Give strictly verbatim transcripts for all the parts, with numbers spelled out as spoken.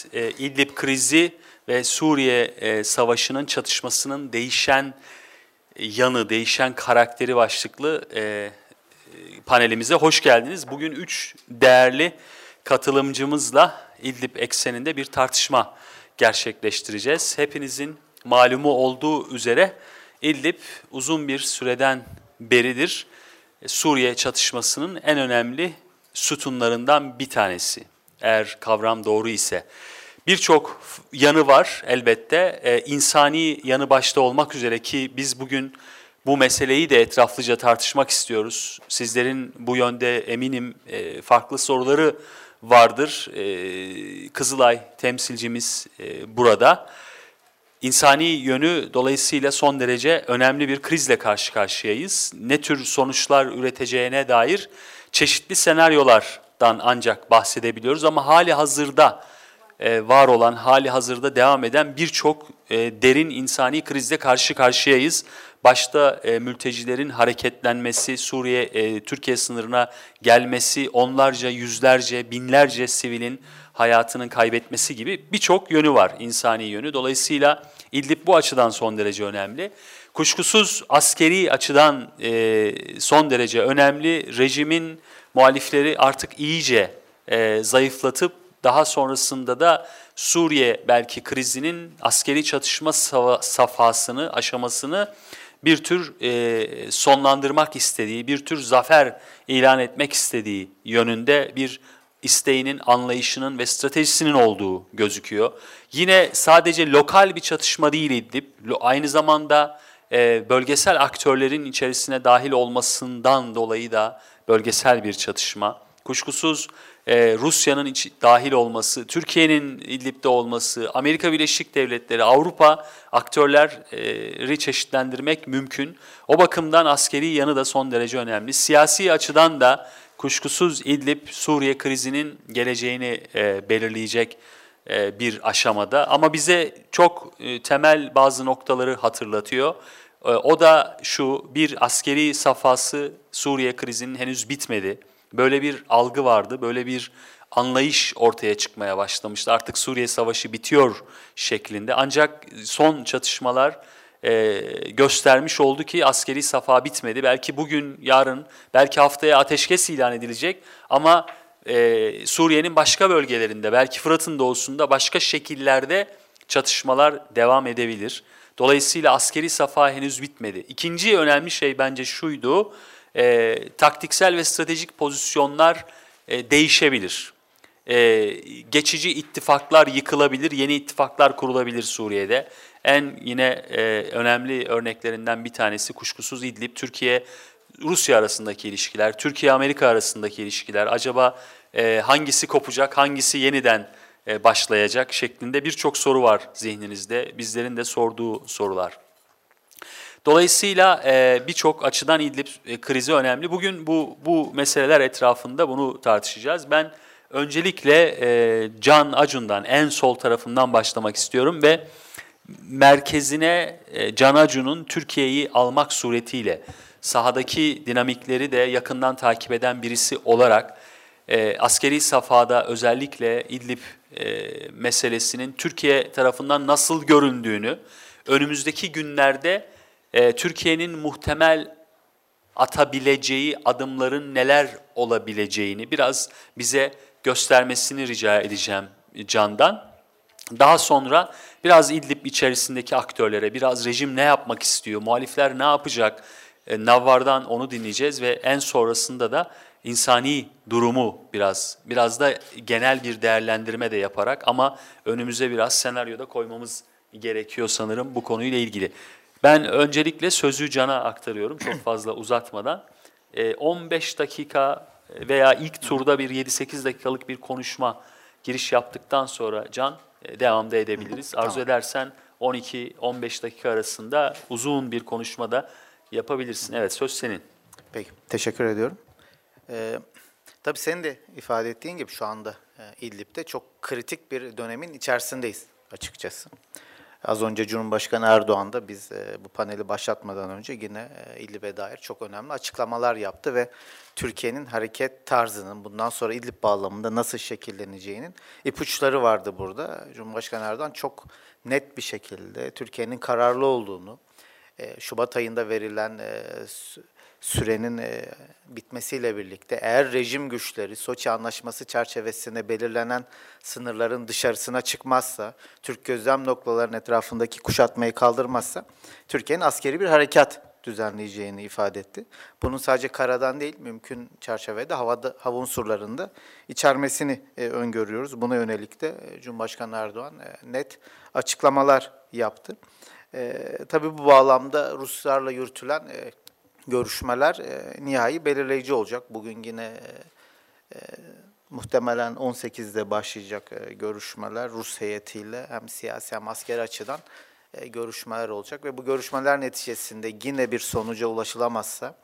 Biz e, İdlib krizi ve Suriye e, savaşının çatışmasının değişen e, yanı, değişen karakteri başlıklı e, panelimize hoş geldiniz. Bugün üç değerli katılımcımızla İdlib ekseninde bir tartışma gerçekleştireceğiz. Hepinizin malumu olduğu üzere İdlib uzun bir süreden beridir Suriye çatışmasının en önemli sütunlarından bir tanesi. Eğer kavram doğru ise. Birçok yanı var elbette. Ee, insani yanı başta olmak üzere ki biz bugün bu meseleyi de etraflıca tartışmak istiyoruz. Sizlerin bu yönde eminim e, farklı soruları vardır. E, Kızılay temsilcimiz e, burada. İnsani yönü dolayısıyla son derece önemli bir krizle karşı karşıyayız. Ne tür sonuçlar üreteceğine dair çeşitli senaryolardan ancak bahsedebiliyoruz ama hali hazırda e, var olan, hali hazırda devam eden birçok e, derin insani krizle karşı karşıyayız. Başta e, mültecilerin hareketlenmesi, Suriye, e, Türkiye sınırına gelmesi, onlarca, yüzlerce, binlerce sivilin hayatının kaybetmesi gibi birçok yönü var, insani yönü. Dolayısıyla İdlib bu açıdan son derece önemli. Kuşkusuz askeri açıdan e, son derece önemli. Rejimin muhalifleri artık iyice e, zayıflatıp daha sonrasında da Suriye belki krizinin askeri çatışma safhasını, aşamasını bir tür e, sonlandırmak istediği, bir tür zafer ilan etmek istediği yönünde bir isteğinin, anlayışının ve stratejisinin olduğu gözüküyor. Yine sadece lokal bir çatışma değil İdlib, aynı zamanda e, bölgesel aktörlerin içerisine dahil olmasından dolayı da bölgesel bir çatışma. Kuşkusuz e, Rusya'nın iç, dahil olması, Türkiye'nin İdlib'de olması, Amerika Birleşik Devletleri, Avrupa aktörleri çeşitlendirmek mümkün. O bakımdan askeri yanı da son derece önemli. Siyasi açıdan da kuşkusuz İdlib, Suriye krizinin geleceğini e, belirleyecek e, bir aşamada. Ama bize çok e, temel bazı noktaları hatırlatıyor. E, o da şu, bir askeri safhası Suriye krizinin henüz bitmedi. Böyle bir algı vardı, böyle bir anlayış ortaya çıkmaya başlamıştı. Artık Suriye Savaşı bitiyor şeklinde. Ancak son çatışmalar e, göstermiş oldu ki askeri safha bitmedi. Belki bugün, yarın, belki haftaya ateşkes ilan edilecek ama e, Suriye'nin başka bölgelerinde, belki Fırat'ın doğusunda başka şekillerde çatışmalar devam edebilir. Dolayısıyla askeri safha henüz bitmedi. İkinci önemli şey bence şuydu. E, taktiksel ve stratejik pozisyonlar e, değişebilir. E, geçici ittifaklar yıkılabilir, yeni ittifaklar kurulabilir Suriye'de. En yine e, önemli örneklerinden bir tanesi kuşkusuz İdlib, Türkiye-Rusya arasındaki ilişkiler, Türkiye-Amerika arasındaki ilişkiler. Acaba e, hangisi kopacak, hangisi yeniden e, başlayacak şeklinde birçok soru var zihninizde. Bizlerin de sorduğu sorular. Dolayısıyla e, birçok açıdan İdlib e, krizi önemli. Bugün bu bu meseleler etrafında bunu tartışacağız. Ben öncelikle e, Can Acun'dan, en sol tarafından başlamak istiyorum ve merkezine e, Can Acun'un Türkiye'yi almak suretiyle sahadaki dinamikleri de yakından takip eden birisi olarak e, askeri safhada özellikle İdlib e, meselesinin Türkiye tarafından nasıl görüldüğünü, önümüzdeki günlerde e, Türkiye'nin muhtemel atabileceği adımların neler olabileceğini biraz bize göstermesini rica edeceğim Can'dan. Daha sonra biraz İdlib içerisindeki aktörlere, biraz rejim ne yapmak istiyor, muhalifler ne yapacak, e, Navvar'dan onu dinleyeceğiz ve en sonrasında da insani durumu biraz, biraz da genel bir değerlendirme de yaparak ama önümüze biraz senaryoda koymamız gerekiyor sanırım bu konuyla ilgili. Ben öncelikle sözü Can'a aktarıyorum çok fazla uzatmadan. E, on beş dakika veya ilk turda bir yedi sekiz dakikalık bir konuşma giriş yaptıktan sonra Can e, devamda edebiliriz. Arzu tamam. edersen on iki on beş dakika arasında uzun bir konuşma da yapabilirsin. Evet, söz senin. Peki, teşekkür ediyorum. Ee, tabii senin de ifade ettiğin gibi şu anda e, İdlib'de çok kritik bir dönemin içerisindeyiz açıkçası. Az önce Cumhurbaşkanı Erdoğan da biz e, bu paneli başlatmadan önce yine e, İdlib'e dair çok önemli açıklamalar yaptı ve Türkiye'nin hareket tarzının bundan sonra İdlib bağlamında nasıl şekilleneceğinin ipuçları vardı burada. Cumhurbaşkanı Erdoğan çok net bir şekilde Türkiye'nin kararlı olduğunu, e, Şubat ayında verilen e, sürenin e, bitmesiyle birlikte eğer rejim güçleri Soçi Anlaşması çerçevesinde belirlenen sınırların dışarısına çıkmazsa, Türk gözlem noktalarının etrafındaki kuşatmayı kaldırmazsa Türkiye'nin askeri bir harekat düzenleyeceğini ifade etti. Bunun sadece karadan değil, mümkün çerçevede havada, hava unsurlarında içermesini e, öngörüyoruz. Buna yönelik de e, Cumhurbaşkanı Erdoğan e, net açıklamalar yaptı. E, tabii bu bağlamda Ruslarla yürütülen e, görüşmeler e, nihai belirleyici olacak. Bugün yine e, e, muhtemelen on sekizde başlayacak e, görüşmeler Rus heyetiyle hem siyasi hem askeri açıdan e, görüşmeler olacak ve bu görüşmeler neticesinde yine bir sonuca ulaşılamazsa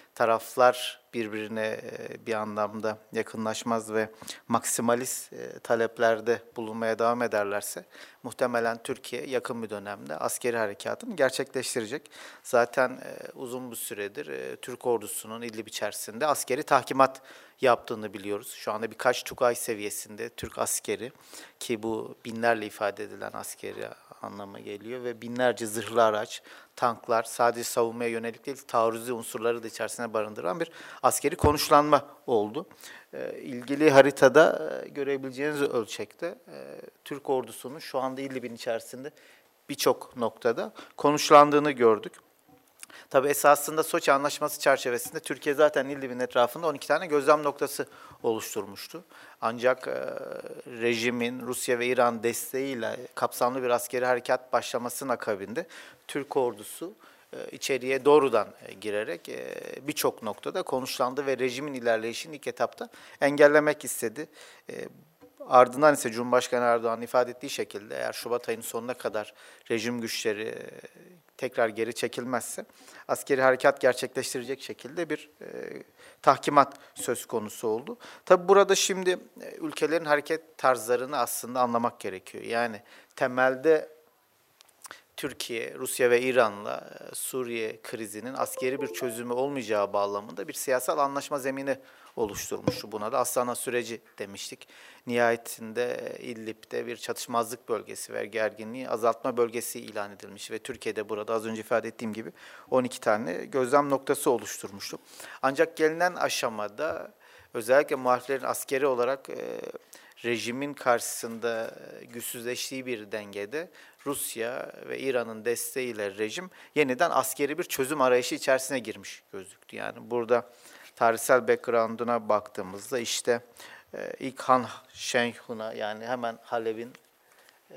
taraflar birbirine e, bir anlamda yakınlaşmaz ve maksimalist e, taleplerde bulunmaya devam ederlerse muhtemelen Türkiye yakın bir dönemde askeri harekatını gerçekleştirecek. Zaten e, uzun bir süredir e, Türk ordusunun İdlib içerisinde askeri tahkimat yaptığını biliyoruz. Şu anda birkaç Tugay seviyesinde Türk askeri, ki bu binlerle ifade edilen askeri anlama geliyor ve binlerce zırhlı araç, tanklar, sadece savunmaya yönelik değil, taarruzi unsurları da içerisine barındıran bir askeri konuşlanma oldu. E, ilgili haritada e, görebileceğiniz ölçekte e, Türk ordusunun şu anda İdlib'in içerisinde birçok noktada konuşlandığını gördük. Tabii esasında Soçi Anlaşması çerçevesinde Türkiye zaten İdlib'in etrafında on iki tane gözlem noktası oluşturmuştu. Ancak e, rejimin Rusya ve İran desteğiyle kapsamlı bir askeri harekat başlamasının akabinde Türk ordusu e, içeriye doğrudan e, girerek e, birçok noktada konuşlandı ve rejimin ilerleyişini ilk etapta engellemek istedi. E, Ardından ise Cumhurbaşkanı Erdoğan'ın ifade ettiği şekilde eğer Şubat ayının sonuna kadar rejim güçleri tekrar geri çekilmezse askeri harekat gerçekleştirecek şekilde bir e, tahkimat söz konusu oldu. Tabi burada şimdi e, ülkelerin hareket tarzlarını aslında anlamak gerekiyor. Yani temelde Türkiye, Rusya ve İran'la Suriye krizinin askeri bir çözümü olmayacağı bağlamında bir siyasal anlaşma zemini oluşturmuştu. Buna da Astana süreci demiştik. Nihayetinde İdlib'de bir çatışmazlık bölgesi ve gerginliği azaltma bölgesi ilan edilmiş ve Türkiye'de burada az önce ifade ettiğim gibi on iki tane gözlem noktası oluşturmuştu. Ancak gelinen aşamada özellikle muhaliflerin askeri olarak e, rejimin karşısında güçsüzleştiği bir dengede Rusya ve İran'ın desteğiyle rejim yeniden askeri bir çözüm arayışı içerisine girmiş gözüktü. Yani burada tarihsel background'una baktığımızda işte e, ilk Han Şenhun'a, yani hemen Halep'in e,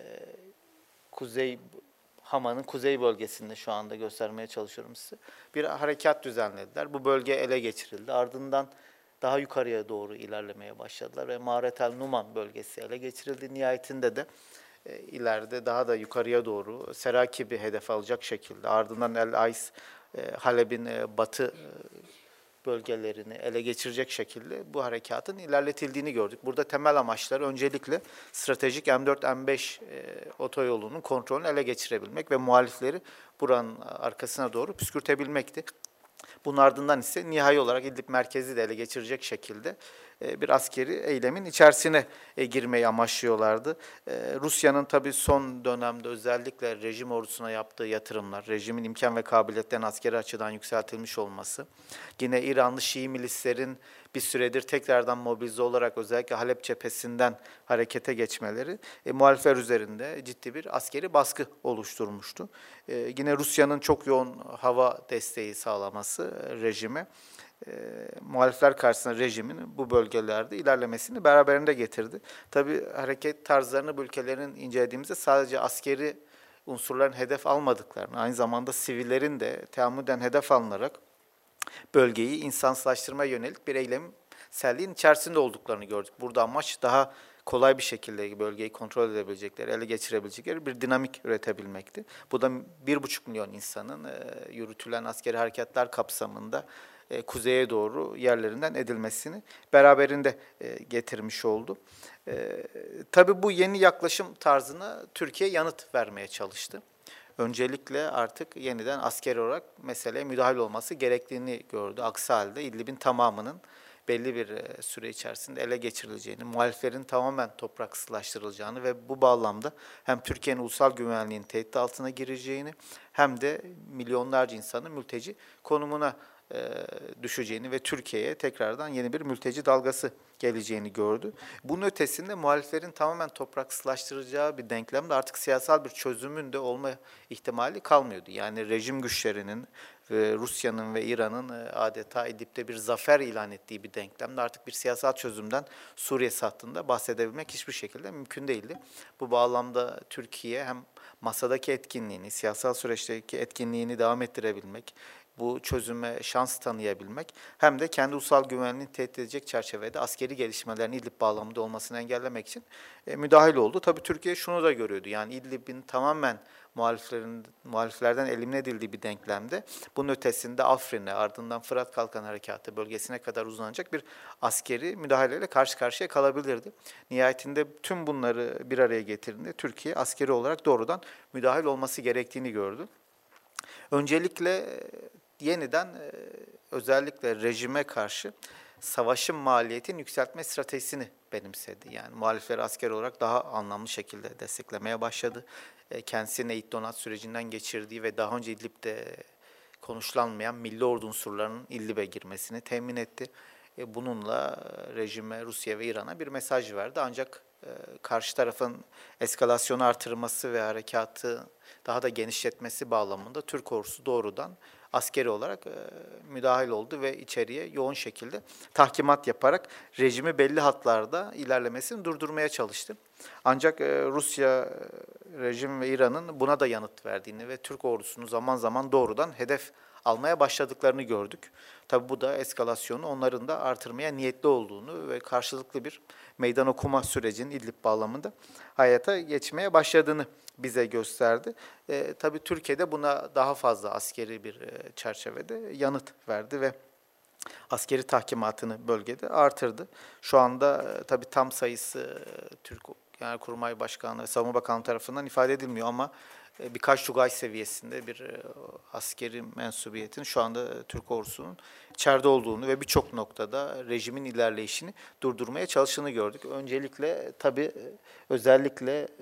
kuzey Hama'nın kuzey bölgesinde şu anda göstermeye çalışıyorum size. Bir harekat düzenlediler. Bu bölge ele geçirildi. Ardından daha yukarıya doğru ilerlemeye başladılar ve Ma'aret el Numan bölgesi ele geçirildi. Nihayetinde de e, ileride daha da yukarıya doğru Serakib'i hedef alacak şekilde, ardından El Ays, e, Halep'in e, batı e, bölgelerini ele geçirecek şekilde bu harekatın ilerletildiğini gördük. Burada temel amaçları öncelikle stratejik M dört M beş e, otoyolunun kontrolünü ele geçirebilmek ve muhalifleri buranın arkasına doğru püskürtebilmekti. Bunun ardından ise nihai olarak İdlib merkezi de ele geçirecek şekilde bir askeri eylemin içerisine girmeyi amaçlıyorlardı. Rusya'nın tabii son dönemde özellikle rejim ordusuna yaptığı yatırımlar, rejimin imkan ve kabiliyetlerinin askeri açıdan yükseltilmiş olması, yine İranlı Şii milislerin bir süredir tekrardan mobilize olarak özellikle Halep cephesinden harekete geçmeleri e, muhalifler üzerinde ciddi bir askeri baskı oluşturmuştu. E, yine Rusya'nın çok yoğun hava desteği sağlaması e, rejime, e, muhalifler karşısında rejimin bu bölgelerde ilerlemesini beraberinde getirdi. Tabii hareket tarzlarını bu ülkelerin incelediğimizde sadece askeri unsurların hedef almadıklarını, aynı zamanda sivillerin de teammüden hedef alınarak bölgeyi insansızlaştırmaya yönelik bir eylemselliğin içerisinde olduklarını gördük. Burada amaç daha kolay bir şekilde bölgeyi kontrol edebilecekleri, ele geçirebilecekleri bir dinamik üretebilmekti. Bu da bir buçuk milyon insanın e, yürütülen askeri hareketler kapsamında e, kuzeye doğru yerlerinden edilmesini beraberinde e, getirmiş oldu. E, tabii bu yeni yaklaşım tarzına Türkiye yanıt vermeye çalıştı. Öncelikle artık yeniden askeri olarak meseleye müdahil olması gerektiğini gördü. Aksi halde İdlib'in tamamının belli bir süre içerisinde ele geçirileceğini, muhaliflerin tamamen topraksızlaştırılacağını ve bu bağlamda hem Türkiye'nin ulusal güvenliğinin tehdit altına gireceğini hem de milyonlarca insanın mülteci konumuna düşeceğini ve Türkiye'ye tekrardan yeni bir mülteci dalgası geleceğini gördü. Bunun ötesinde muhaliflerin tamamen topraksızlaştıracağı bir denklemde artık siyasal bir çözümün de olma ihtimali kalmıyordu. Yani rejim güçlerinin, Rusya'nın ve İran'ın adeta İdlib'de bir zafer ilan ettiği bir denklemde artık bir siyasal çözümden Suriye hattında bahsedebilmek hiçbir şekilde mümkün değildi. Bu bağlamda Türkiye hem masadaki etkinliğini, siyasal süreçteki etkinliğini devam ettirebilmek, bu çözüme şans tanıyabilmek hem de kendi ulusal güvenliğini tehdit edecek çerçevede askeri gelişmelerin İdlib bağlamında olmasını engellemek için e, müdahil oldu. Tabii Türkiye şunu da görüyordu. Yani İdlib'in tamamen muhaliflerin muhaliflerden elimine edildiği bir denklemde bunun ötesinde Afrin'e, ardından Fırat Kalkan Harekatı bölgesine kadar uzanacak bir askeri müdahaleyle karşı karşıya kalabilirdi. Nihayetinde tüm bunları bir araya getirdiğinde Türkiye askeri olarak doğrudan müdahil olması gerektiğini gördü. Öncelikle yeniden özellikle rejime karşı savaşın maliyetini yükseltme stratejisini benimsedi. Yani muhalifleri asker olarak daha anlamlı şekilde desteklemeye başladı. Kendisinin eğit donat sürecinden geçirdiği ve daha önce İdlib'de konuşlanmayan milli ordu unsurlarının İdlib'e girmesini temin etti. Bununla rejime, Rusya ve İran'a bir mesaj verdi. Ancak karşı tarafın eskalasyonu artırması ve harekatı daha da genişletmesi bağlamında Türk ordusu doğrudan askeri olarak e, müdahil oldu ve içeriye yoğun şekilde tahkimat yaparak rejimi belli hatlarda ilerlemesini durdurmaya çalıştı. Ancak e, Rusya rejim ve İran'ın buna da yanıt verdiğini ve Türk ordusunu zaman zaman doğrudan hedef almaya başladıklarını gördük. Tabi bu da eskalasyonu onların da artırmaya niyetli olduğunu ve karşılıklı bir meydan okuma sürecinin İdlib bağlamında hayata geçmeye başladığını bize gösterdi. E, tabii Türkiye'de buna daha fazla askeri bir e, çerçevede yanıt verdi ve askeri tahkimatını bölgede artırdı. Şu anda e, tabii tam sayısı e, Türk Genelkurmay Başkanı ve Savunma Bakanı tarafından ifade edilmiyor ama e, birkaç Tugay seviyesinde bir e, askeri mensubiyetin şu anda Türk ordusunun içeride olduğunu ve birçok noktada rejimin ilerleyişini durdurmaya çalıştığını gördük. Öncelikle tabii özellikle e,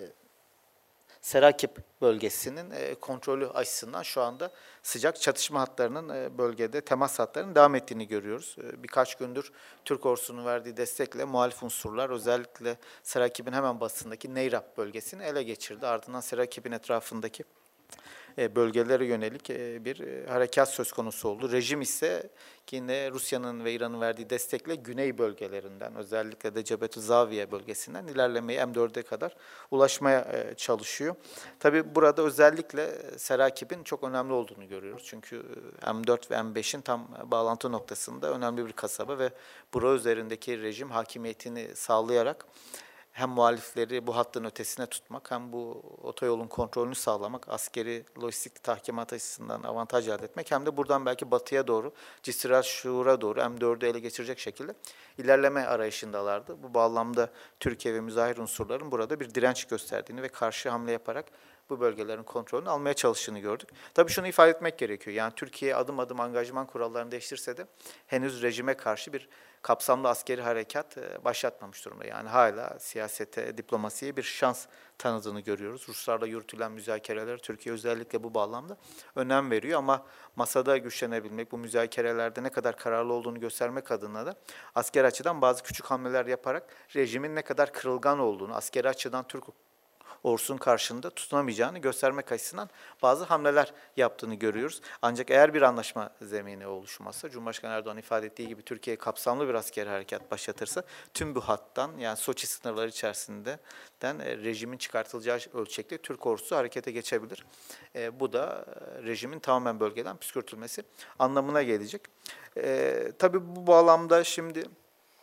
Serakip bölgesinin kontrolü açısından şu anda sıcak çatışma hatlarının bölgede temas hatlarının devam ettiğini görüyoruz. Birkaç gündür Türk ordusunun verdiği destekle muhalif unsurlar özellikle Serakip'in hemen batısındaki Neyrap bölgesini ele geçirdi. Ardından Serakip'in etrafındaki bölgelere yönelik bir harekat söz konusu oldu. Rejim ise yine Rusya'nın ve İran'ın verdiği destekle güney bölgelerinden özellikle de Cebetü Zaviye bölgesinden ilerlemeye M dörde kadar ulaşmaya çalışıyor. Tabii burada özellikle Serakip'in çok önemli olduğunu görüyoruz. Çünkü M dört ve M beşin tam bağlantı noktasında önemli bir kasaba ve bura üzerindeki rejim hakimiyetini sağlayarak hem muhalifleri bu hattın ötesine tutmak hem bu otoyolun kontrolünü sağlamak, askeri lojistik tahkimat açısından avantaj elde etmek hem de buradan belki batıya doğru, Cisr el-Şuur'a doğru M dördü ele geçirecek şekilde ilerleme arayışındalardı. Bu bağlamda Türkiye ve müzahir unsurların burada bir direnç gösterdiğini ve karşı hamle yaparak bu bölgelerin kontrolünü almaya çalıştığını gördük. Tabii şunu ifade etmek gerekiyor. Yani Türkiye adım adım angajman kurallarını değiştirse de henüz rejime karşı bir kapsamlı askeri harekat başlatmamış durumda. Yani hala siyasete, diplomasiye bir şans tanıdığını görüyoruz. Ruslarla yürütülen müzakereler Türkiye özellikle bu bağlamda önem veriyor ama masada güçlenebilmek, bu müzakerelerde ne kadar kararlı olduğunu göstermek adına da asker açıdan bazı küçük hamleler yaparak rejimin ne kadar kırılgan olduğunu, askeri açıdan Türk ordusunun karşında tutunamayacağını göstermek açısından bazı hamleler yaptığını görüyoruz. Ancak eğer bir anlaşma zemini oluşmazsa, Cumhurbaşkanı Erdoğan ifade ettiği gibi Türkiye kapsamlı bir askeri harekat başlatırsa tüm bu hattan yani Soçi sınırları içerisinden e, rejimin çıkartılacağı ölçekte Türk ordusu harekete geçebilir. E, bu da e, rejimin tamamen bölgeden püskürtülmesi anlamına gelecek. E, tabii bu bağlamda şimdi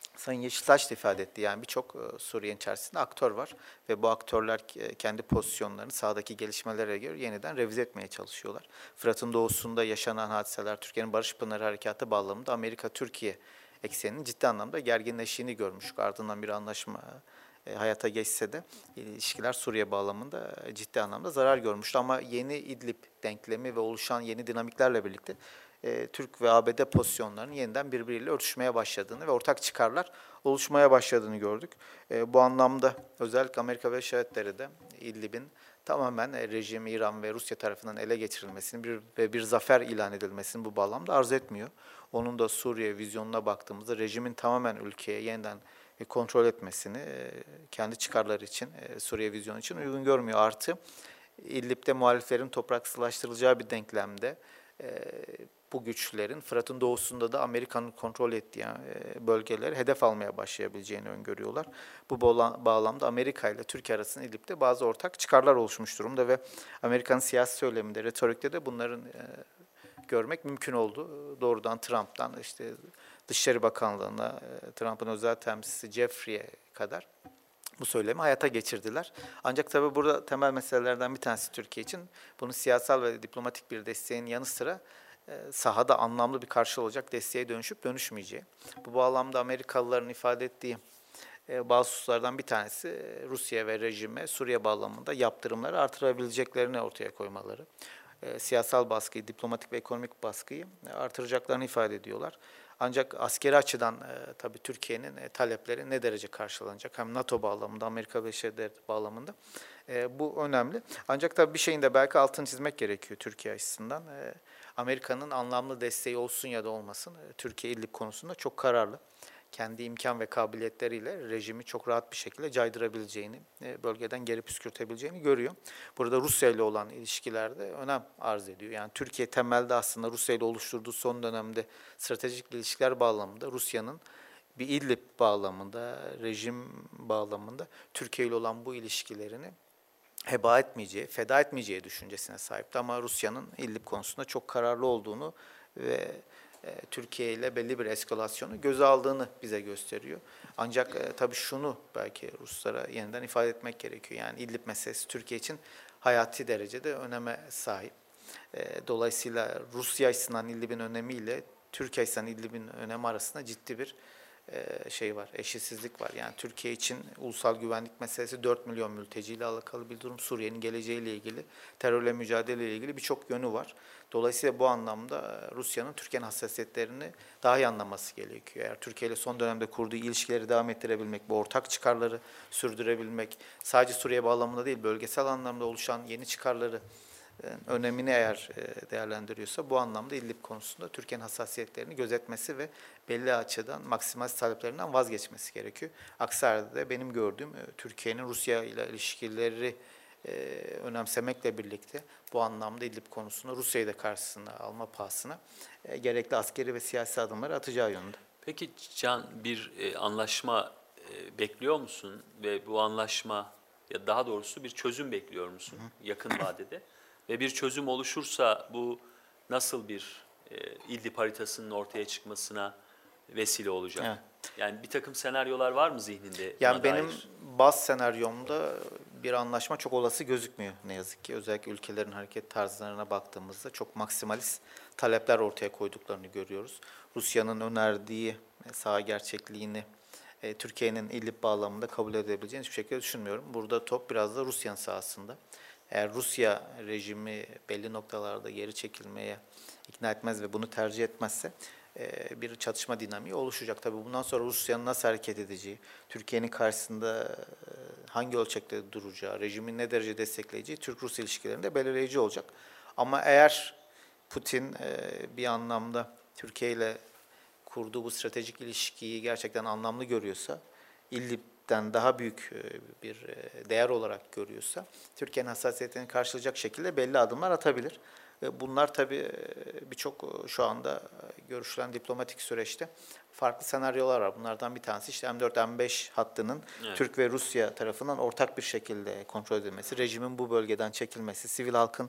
Sayın Yeşiltaş da ifade etti. Yani birçok e, Suriye'nin içerisinde aktör var ve bu aktörler e, kendi pozisyonlarını sahadaki gelişmelere göre yeniden revize etmeye çalışıyorlar. Fırat'ın doğusunda yaşanan hadiseler, Türkiye'nin Barış Pınarı Harekatı bağlamında Amerika-Türkiye ekseninin ciddi anlamda gerginleştiğini görmüştük. Ardından bir anlaşma e, hayata geçse de ilişkiler Suriye bağlamında e, ciddi anlamda zarar görmüştü. Ama yeni İdlib denklemi ve oluşan yeni dinamiklerle birlikte e, Türk ve A B D pozisyonlarının yeniden birbiriyle örtüşmeye başladığını ve ortak çıkarlar oluşmaya başladığını gördük. E, bu anlamda özellikle Amerika Birleşik Devletleri de İdlib'in tamamen e, rejim, İran ve Rusya tarafından ele geçirilmesini bir, ve bir zafer ilan edilmesini bu bağlamda arzu etmiyor. Onun da Suriye vizyonuna baktığımızda rejimin tamamen ülkeye yeniden e, kontrol etmesini e, kendi çıkarları için, e, Suriye vizyonu için uygun görmüyor. Artı İdlib'de muhaliflerin topraksızlaştırılacağı bir denklemde e, bu güçlerin Fırat'ın doğusunda da Amerika'nın kontrol ettiği bölgeleri hedef almaya başlayabileceğini öngörüyorlar. Bu bağlamda Amerika ile Türkiye arasında İdlib'de bazı ortak çıkarlar oluşmuş durumda ve Amerika'nın siyasi söyleminde, retorikte de bunların görmek mümkün oldu. Doğrudan Trump'tan işte Dışişleri Bakanlığı'na, Trump'ın özel temsilcisi Jeffrey'e kadar bu söylemi hayata geçirdiler. Ancak tabii burada temel meselelerden bir tanesi Türkiye için bunun siyasal ve diplomatik bir desteğin yanı sıra sahada anlamlı bir karşı olacak desteğe dönüşüp dönüşmeyeceği. Bu bağlamda Amerikalıların ifade ettiği bazı hususlardan bir tanesi Rusya ve rejime Suriye bağlamında yaptırımları artırabileceklerini ortaya koymaları. Siyasal baskıyı, diplomatik ve ekonomik baskıyı artıracaklarını ifade ediyorlar. Ancak askeri açıdan e, tabii Türkiye'nin e, talepleri ne derece karşılanacak? Hem NATO bağlamında, Amerika Birleşik Devletleri bağlamında e, bu önemli. Ancak tabii bir şeyin de belki altını çizmek gerekiyor Türkiye açısından. E, Amerika'nın anlamlı desteği olsun ya da olmasın, e, Türkiye İdlib konusunda çok kararlı. Kendi imkan ve kabiliyetleriyle rejimi çok rahat bir şekilde caydırabileceğini, bölgeden geri püskürtebileceğini görüyor. Burada Rusya ile olan ilişkilerde önem arz ediyor. Yani Türkiye temelde aslında Rusya ile oluşturduğu son dönemde stratejik ilişkiler bağlamında Rusya'nın bir İdlib bağlamında, rejim bağlamında Türkiye ile olan bu ilişkilerini heba etmeyeceği, feda etmeyeceği düşüncesine sahipti. Ama Rusya'nın İdlib konusunda çok kararlı olduğunu ve Türkiye ile belli bir eskalasyonu göze aldığını bize gösteriyor. Ancak e, tabii şunu belki Ruslara yeniden ifade etmek gerekiyor. Yani İdlib meselesi Türkiye için hayati derecede öneme sahip. E, dolayısıyla Rusya açısından İdlib'in önemiyle Türkiye açısından İdlib'in önemi arasında ciddi bir e, şey var, eşitsizlik var. Yani Türkiye için ulusal güvenlik meselesi dört milyon mülteciyle alakalı bir durum. Suriye'nin geleceğiyle ilgili, terörle mücadeleyle ilgili birçok yönü var. Dolayısıyla bu anlamda Rusya'nın Türkiye'nin hassasiyetlerini daha iyi anlaması gerekiyor. Eğer Türkiye ile son dönemde kurduğu ilişkileri devam ettirebilmek, bu ortak çıkarları sürdürebilmek, sadece Suriye bağlamında değil, bölgesel anlamda oluşan yeni çıkarları önemini eğer değerlendiriyorsa bu anlamda İdlib konusunda Türkiye'nin hassasiyetlerini gözetmesi ve belli açıdan maksimalist taleplerinden vazgeçmesi gerekiyor. Aksi halde benim gördüğüm Türkiye'nin Rusya ile ilişkileri e, önemsemekle birlikte bu anlamda İdlib konusunda Rusya'yı da karşısına alma pahasına e, gerekli askeri ve siyasi adımları atacağı yönünde. Peki Can, bir e, anlaşma e, bekliyor musun ve bu anlaşma ya daha doğrusu bir çözüm bekliyor musun Hı. yakın vadede? Ve bir çözüm oluşursa bu nasıl bir e, İdlib haritasının ortaya çıkmasına vesile olacak? Evet. Yani bir takım senaryolar var mı zihninde? Yani benim dair? Baz senaryomda bir anlaşma çok olası gözükmüyor ne yazık ki. Özellikle ülkelerin hareket tarzlarına baktığımızda çok maksimalist talepler ortaya koyduklarını görüyoruz. Rusya'nın önerdiği saha gerçekliğini e, Türkiye'nin İdlib bağlamında kabul edebileceğini hiçbir şekilde düşünmüyorum. Burada top biraz da Rusya'nın sahasında. Eğer Rusya rejimi belli noktalarda geri çekilmeye ikna etmez ve bunu tercih etmezse bir çatışma dinamiği oluşacak. Tabii bundan sonra Rusya'nın nasıl hareket edeceği, Türkiye'nin karşısında hangi ölçekte duracağı, rejimin ne derece destekleyeceği Türk-Rus ilişkilerinde belirleyici olacak. Ama eğer Putin bir anlamda Türkiye ile kurduğu bu stratejik ilişkiyi gerçekten anlamlı görüyorsa, İdlib'den daha büyük bir değer olarak görüyorsa, Türkiye'nin hassasiyetlerini karşılayacak şekilde belli adımlar atabilir. Bunlar tabii birçok şu anda görüşülen diplomatik süreçte farklı senaryolar var. Bunlardan bir tanesi işte M dört M beş hattının evet. Türk ve Rusya tarafından ortak bir şekilde kontrol edilmesi, rejimin bu bölgeden çekilmesi, sivil halkın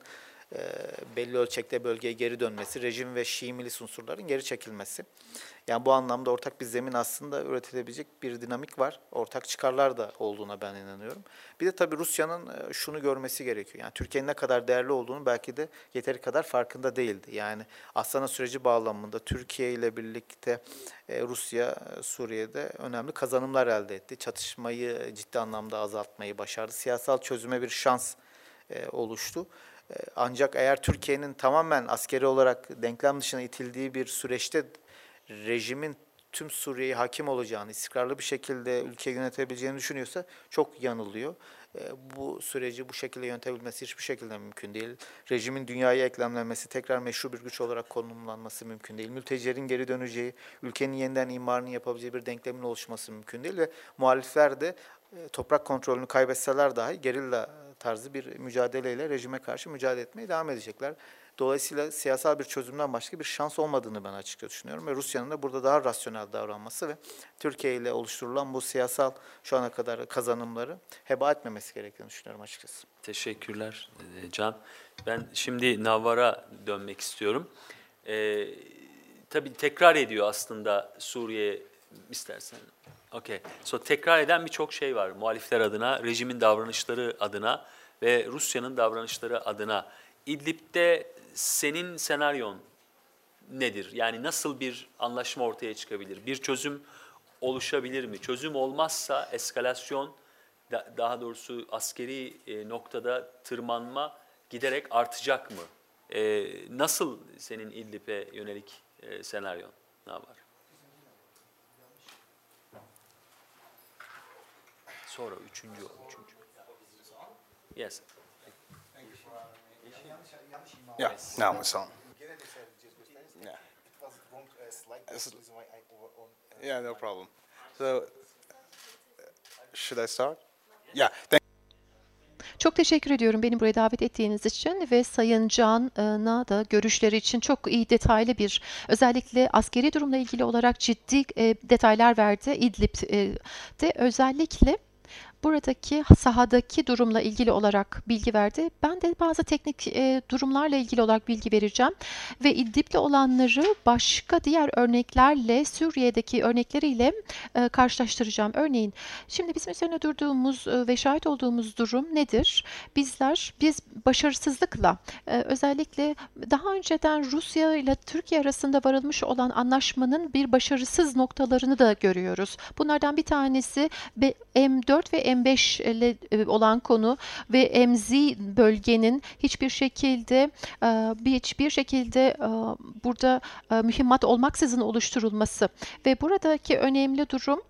e, belli ölçekte bölgeye geri dönmesi, rejim ve Şii milis unsurların geri çekilmesi. Yani bu anlamda ortak bir zemin aslında üretilebilecek bir dinamik var. Ortak çıkarlar da olduğuna ben inanıyorum. Bir de tabii Rusya'nın şunu görmesi gerekiyor. Yani Türkiye'nin ne kadar değerli olduğunu belki de yeteri kadar farkında değildi. Yani Astana süreci bağlamında Türkiye ile birlikte Rusya Suriye'de önemli kazanımlar elde etti. Çatışmayı ciddi anlamda azaltmayı başardı. Siyasal çözüme bir şans oluştu. Ancak eğer Türkiye'nin tamamen askeri olarak denklem dışına itildiği bir süreçte rejimin tüm Suriye'ye hakim olacağını, istikrarlı bir şekilde ülkeyi yönetebileceğini düşünüyorsa çok yanılıyor. Bu süreci bu şekilde yönetebilmesi hiçbir şekilde mümkün değil. Rejimin dünyaya eklemlenmesi, tekrar meşru bir güç olarak konumlanması mümkün değil. Mültecilerin geri döneceği, ülkenin yeniden imarını yapabileceği bir denklemin oluşması mümkün değil ve muhalifler de toprak kontrolünü kaybetseler dahi gerilla tarzı bir mücadeleyle rejime karşı mücadele etmeye devam edecekler. Dolayısıyla siyasal bir çözümden başka bir şans olmadığını ben açıkça düşünüyorum ve Rusya'nın da burada daha rasyonel davranması ve Türkiye ile oluşturulan bu siyasal şu ana kadar kazanımları heba etmemesi gerektiğini düşünüyorum açıkçası. Teşekkürler Can. Ben şimdi Navvar'a dönmek istiyorum. Ee, tabii tekrar ediyor aslında Suriye istersen. Okay. So tekrar eden birçok şey var muhalifler adına, rejimin davranışları adına ve Rusya'nın davranışları adına. İdlib'de senin senaryon nedir? Yani nasıl bir anlaşma ortaya çıkabilir? Bir çözüm oluşabilir mi? Çözüm olmazsa eskalasyon, daha doğrusu askeri noktada tırmanma giderek artacak mı? Nasıl senin İdlib'e yönelik senaryon? Ne var? Sonra üçüncü o, üçüncü. Yes. Yeah, now it's on. Yeah. Yeah, no problem. So, should I start? Yeah. Thank Çok teşekkür ediyorum beni buraya davet ettiğiniz için ve Sayın Can'a da görüşleri için çok iyi detaylı bir, özellikle askeri durumla ilgili olarak ciddi e, detaylar verdi. İdlib'de özellikle buradaki sahadaki durumla ilgili olarak bilgi verdi. Ben de bazı teknik e, durumlarla ilgili olarak bilgi vereceğim. Ve İdlib'de olanları başka diğer örneklerle, Suriye'deki örnekleriyle e, karşılaştıracağım. Örneğin, şimdi bizim üzerine durduğumuz e, ve şahit olduğumuz durum nedir? Bizler, biz başarısızlıkla, e, özellikle daha önceden Rusya ile Türkiye arasında varılmış olan anlaşmanın bir başarısız noktalarını da görüyoruz. Bunlardan bir tanesi M dört ve M beş ile olan konu ve M Z bölgenin hiçbir şekilde hiçbir şekilde burada mühimmat olmaksızın oluşturulması ve buradaki önemli durum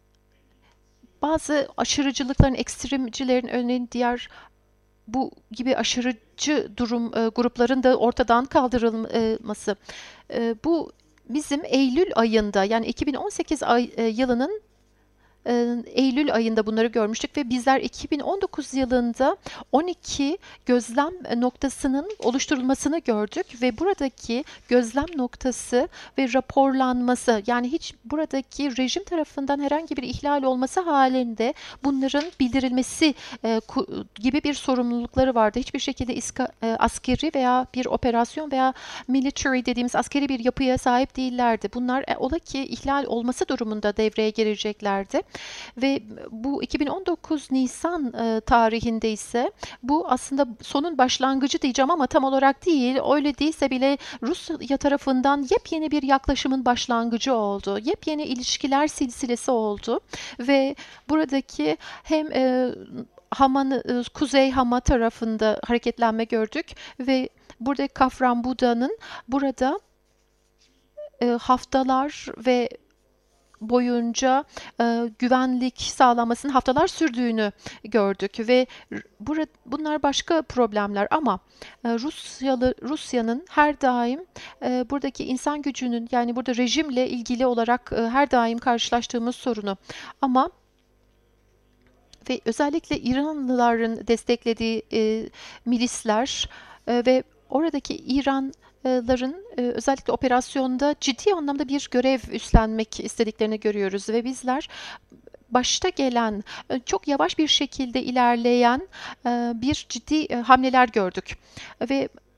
bazı aşırıcılıkların, ekstremcilerin, örneğin diğer bu gibi aşırıcı durum grupların da ortadan kaldırılması. Bu bizim Eylül ayında, yani iki bin on sekiz ay, yılının Eylül ayında bunları görmüştük ve bizler iki bin on dokuz yılında on iki gözlem noktasının oluşturulmasını gördük ve buradaki gözlem noktası ve raporlanması, yani hiç buradaki rejim tarafından herhangi bir ihlal olması halinde bunların bildirilmesi gibi bir sorumlulukları vardı. Hiçbir şekilde iska, askeri veya bir operasyon veya military dediğimiz askeri bir yapıya sahip değillerdi. Bunlar ola ki ihlal olması durumunda devreye gireceklerdi. Ve bu iki bin on dokuz Nisan e, tarihinde ise bu aslında sonun başlangıcı diyeceğim ama tam olarak değil. Öyle değilse bile Rusya tarafından yepyeni bir yaklaşımın başlangıcı oldu. Yepyeni ilişkiler silsilesi oldu ve buradaki hem e, Haman, e, Kuzey Hama tarafında hareketlenme gördük ve burada Kafran Buda'nın burada e, haftalar ve boyunca e, güvenlik sağlanmasının haftalar sürdüğünü gördük ve burada, bunlar başka problemler ama e, Rusyalı Rusya'nın her daim e, buradaki insan gücünün, yani burada rejimle ilgili olarak e, her daim karşılaştığımız sorunu ama ve özellikle İranlıların desteklediği e, milisler e, ve oradaki İran ların özellikle operasyonda ciddi anlamda bir görev üstlenmek istediklerini görüyoruz ve bizler başta gelen, çok yavaş bir şekilde ilerleyen bir ciddi hamleler gördük ve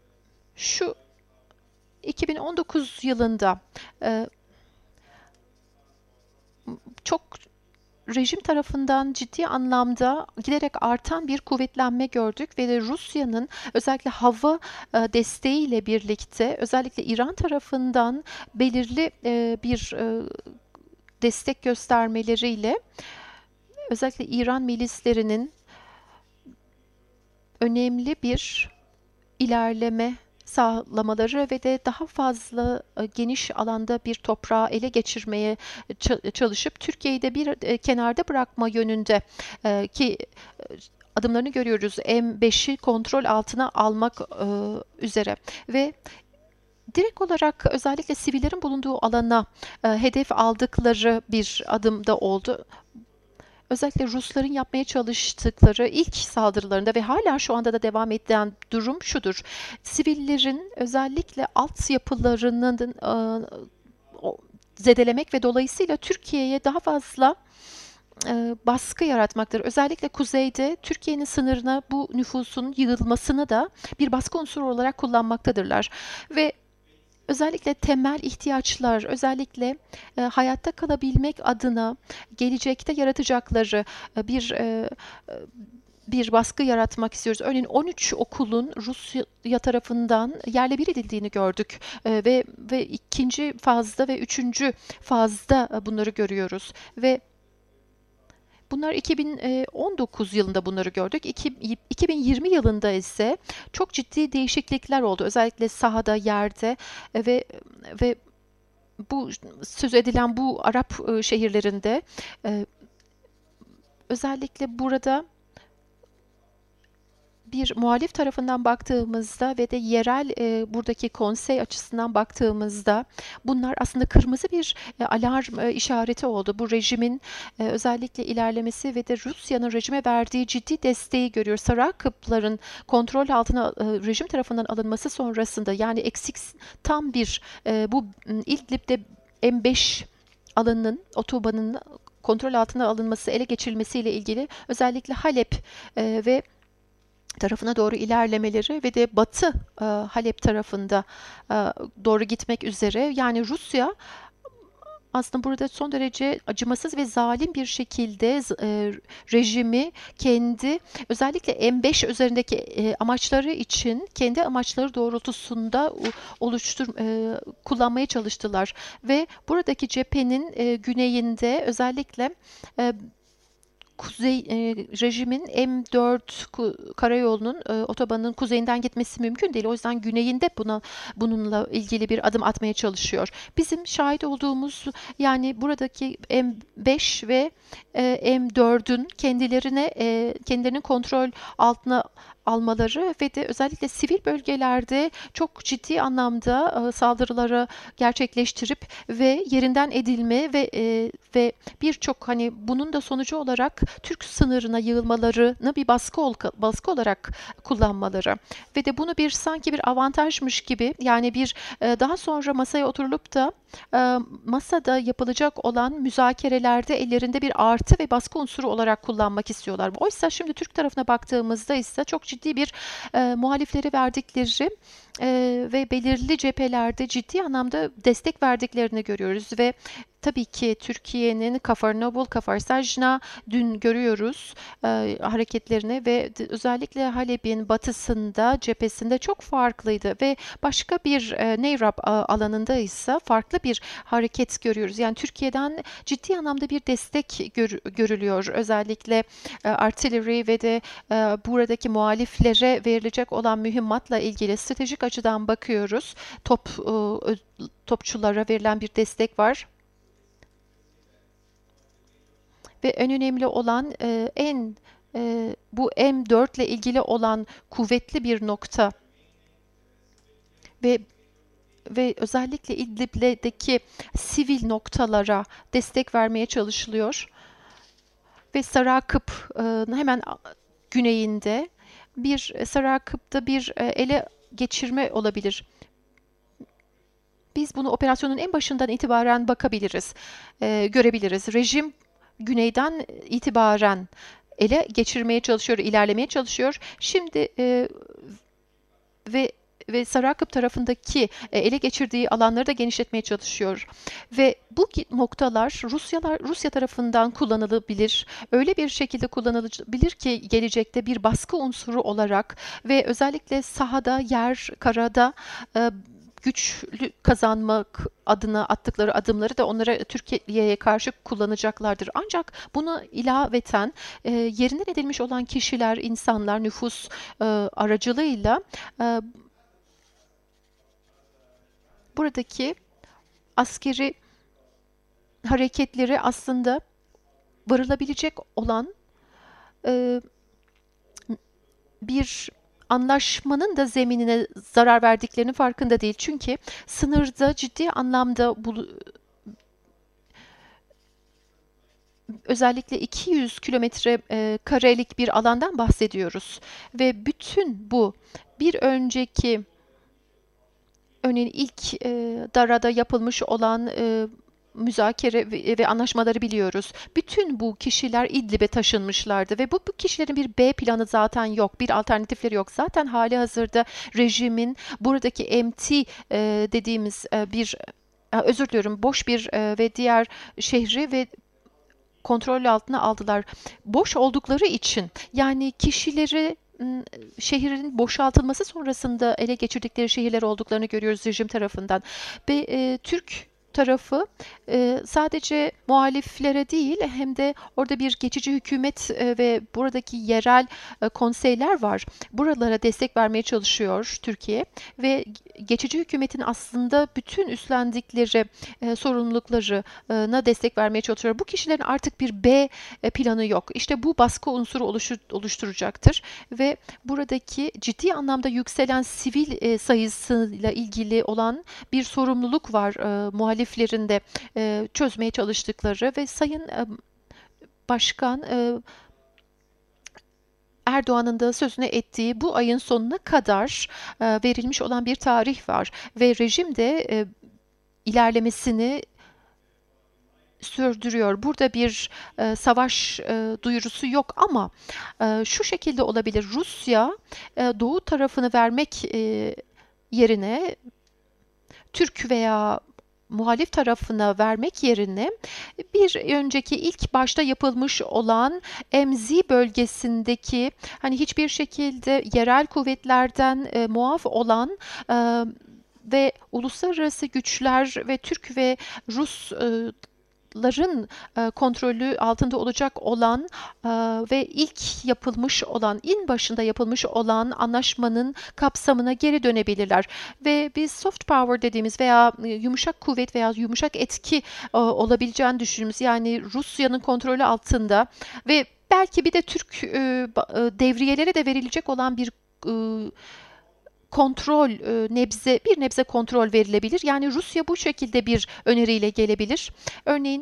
şu iki bin on dokuz yılında e, çok rejim tarafından ciddi anlamda giderek artan bir kuvvetlenme gördük ve de Rusya'nın özellikle hava e, desteğiyle birlikte özellikle İran tarafından belirli e, bir e, destek göstermeleriyle özellikle İran milislerinin önemli bir ilerleme sağlamaları ve de daha fazla e, geniş alanda bir toprağı ele geçirmeye ça- çalışıp Türkiye'yi de bir e, kenarda bırakma yönünde e, ki e, adımlarını görüyoruz. M beşi kontrol altına almak e, üzere ve direkt olarak özellikle sivillerin bulunduğu alana e, hedef aldıkları bir adım da oldu. Özellikle Rusların yapmaya çalıştıkları ilk saldırılarında ve hala şu anda da devam eden durum şudur. Sivillerin özellikle altyapılarının e, o- zedelemek ve dolayısıyla Türkiye'ye daha fazla e, baskı yaratmaktır. Özellikle kuzeyde Türkiye'nin sınırına bu nüfusun yığılmasını da bir baskı unsuru olarak kullanmaktadırlar. Ve özellikle temel ihtiyaçlar, özellikle e, hayatta kalabilmek adına gelecekte yaratacakları e, bir e, e, bir baskı yaratmak istiyoruz. Örneğin on üç okulun Rusya tarafından yerle bir edildiğini gördük. E, ve ve ikinci fazda ve üçüncü fazda e, bunları görüyoruz ve bunlar iki bin on dokuz yılında bunları gördük. İki- iki bin yirmi yılında ise çok ciddi değişiklikler oldu. Özellikle sahada, yerde e, ve ve bu söz edilen bu Arap e, şehirlerinde e, özellikle burada bir muhalif tarafından baktığımızda ve de yerel e, buradaki konsey açısından baktığımızda bunlar aslında kırmızı bir e, alarm e, işareti oldu. Bu rejimin e, özellikle ilerlemesi ve de Rusya'nın rejime verdiği ciddi desteği görüyor. Sarakıpların kontrol altına e, rejim tarafından alınması sonrasında yani eksik tam bir e, bu m, İdlib'de M beş alanının, otobanın kontrol altına alınması, ele geçirilmesiyle ilgili özellikle Halep e, ve tarafına doğru ilerlemeleri ve de Batı e, Halep tarafında e, doğru gitmek üzere. Yani Rusya aslında burada son derece acımasız ve zalim bir şekilde e, rejimi kendi özellikle M beş üzerindeki e, amaçları için kendi amaçları doğrultusunda u- oluştur e, kullanmaya çalıştılar ve buradaki cephenin e, güneyinde özellikle e, Kuzey e, rejimin M dört ku- karayolunun e, otobanın kuzeyinden gitmesi mümkün değil. O yüzden güneyinde buna bununla ilgili bir adım atmaya çalışıyor. Bizim şahit olduğumuz yani buradaki M beş ve e, M dördün kendilerine e, kendilerinin kontrol altına almaları ve de özellikle sivil bölgelerde çok ciddi anlamda e, saldırıları gerçekleştirip ve yerinden edilme ve e, ve birçok hani bunun da sonucu olarak Türk sınırına yığılmalarını bir baskı ol, baskı olarak kullanmaları ve de bunu bir sanki bir avantajmış gibi yani bir e, daha sonra masaya oturulup da e, masada yapılacak olan müzakerelerde ellerinde bir artı ve baskı unsuru olarak kullanmak istiyorlar. Oysa şimdi Türk tarafına baktığımızda ise çok ciddi bir e, muhalifleri verdikleri e, ve belirli cephelerde ciddi anlamda destek verdiklerini görüyoruz ve tabii ki Türkiye'nin Kafarnobul, Kafarsajna dün görüyoruz e, hareketlerini ve de- özellikle Halep'in batısında, cephesinde çok farklıydı ve başka bir e, Neyrab a- alanında ise farklı bir hareket görüyoruz. Yani Türkiye'den ciddi anlamda bir destek gör- görülüyor. Özellikle e, artillery ve de e, buradaki muhaliflere verilecek olan mühimmatla ilgili stratejik açıdan bakıyoruz. Top e, ö- topçulara verilen bir destek var. Ve en önemli olan e, en e, bu M dört ile ilgili olan kuvvetli bir nokta ve ve özellikle İdlib'deki sivil noktalara destek vermeye çalışılıyor ve Sarakıp e, hemen a- güneyinde bir e, Sarakıp'ta bir e, ele geçirme olabilir. Biz bunu operasyonun en başından itibaren bakabiliriz, e, görebiliriz. Rejim güneyden itibaren ele geçirmeye çalışıyor, ilerlemeye çalışıyor. Şimdi e, ve ve Sarakip tarafındaki e, ele geçirdiği alanları da genişletmeye çalışıyor. Ve bu noktalar Rusyalar Rusya tarafından kullanılabilir. Öyle bir şekilde kullanılabilir ki gelecekte bir baskı unsuru olarak ve özellikle sahada, yer, karada e, güçlü kazanmak adına attıkları adımları da onlara Türkiye'ye karşı kullanacaklardır. Ancak buna ilaveten e, yerinden edilmiş olan kişiler, insanlar, nüfus e, aracılığıyla e, buradaki askeri hareketleri aslında varılabilecek olan e, bir anlaşmanın da zeminine zarar verdiklerinin farkında değil. Çünkü sınırda ciddi anlamda bu, özellikle iki yüz kilometre e, karelik bir alandan bahsediyoruz. Ve bütün bu bir önceki örneğin ilk e, Dara'da yapılmış olan e, müzakere ve, ve anlaşmaları biliyoruz. Bütün bu kişiler İdlib'e taşınmışlardı ve bu, bu kişilerin bir B planı zaten yok, bir alternatifleri yok. Zaten hali hazırda rejimin buradaki M T e, dediğimiz e, bir, e, özür diliyorum, boş bir e, ve diğer şehri ve kontrol altına aldılar. Boş oldukları için, yani kişileri şehrin boşaltılması sonrasında ele geçirdikleri şehirler olduklarını görüyoruz rejim tarafından. Ve e, Türk tarafı e, sadece muhaliflere değil hem de orada bir geçici hükümet e, ve buradaki yerel e, konseyler var. Buralara destek vermeye çalışıyor Türkiye ve geçici hükümetin aslında bütün üstlendikleri e, sorumluluklarına destek vermeye çalışıyor. Bu kişilerin artık bir B planı yok. İşte bu baskı unsuru oluşu, oluşturacaktır ve buradaki ciddi anlamda yükselen sivil e, sayısıyla ilgili olan bir sorumluluk var e, muhaliflerin de e, çözmeye çalıştıkları ve Sayın e, Başkan e, Erdoğan'ın da sözüne ettiği bu ayın sonuna kadar e, verilmiş olan bir tarih var ve rejim de e, ilerlemesini sürdürüyor. Burada bir e, savaş e, duyurusu yok ama e, şu şekilde olabilir. Rusya e, doğu tarafını vermek e, yerine Türk veya muhalif tarafına vermek yerine bir önceki ilk başta yapılmış olan M Z bölgesindeki hani hiçbir şekilde yerel kuvvetlerden e, muaf olan e, ve uluslararası güçler ve Türk ve Rus e, ların kontrolü altında olacak olan ve ilk yapılmış olan, in başında yapılmış olan anlaşmanın kapsamına geri dönebilirler. Ve biz soft power dediğimiz veya yumuşak kuvvet veya yumuşak etki olabileceğini düşündüğümüz, yani Rusya'nın kontrolü altında ve belki bir de Türk devriyelere de verilecek olan bir kontrol nebze, bir nebze kontrol verilebilir. Yani Rusya bu şekilde bir öneriyle gelebilir. Örneğin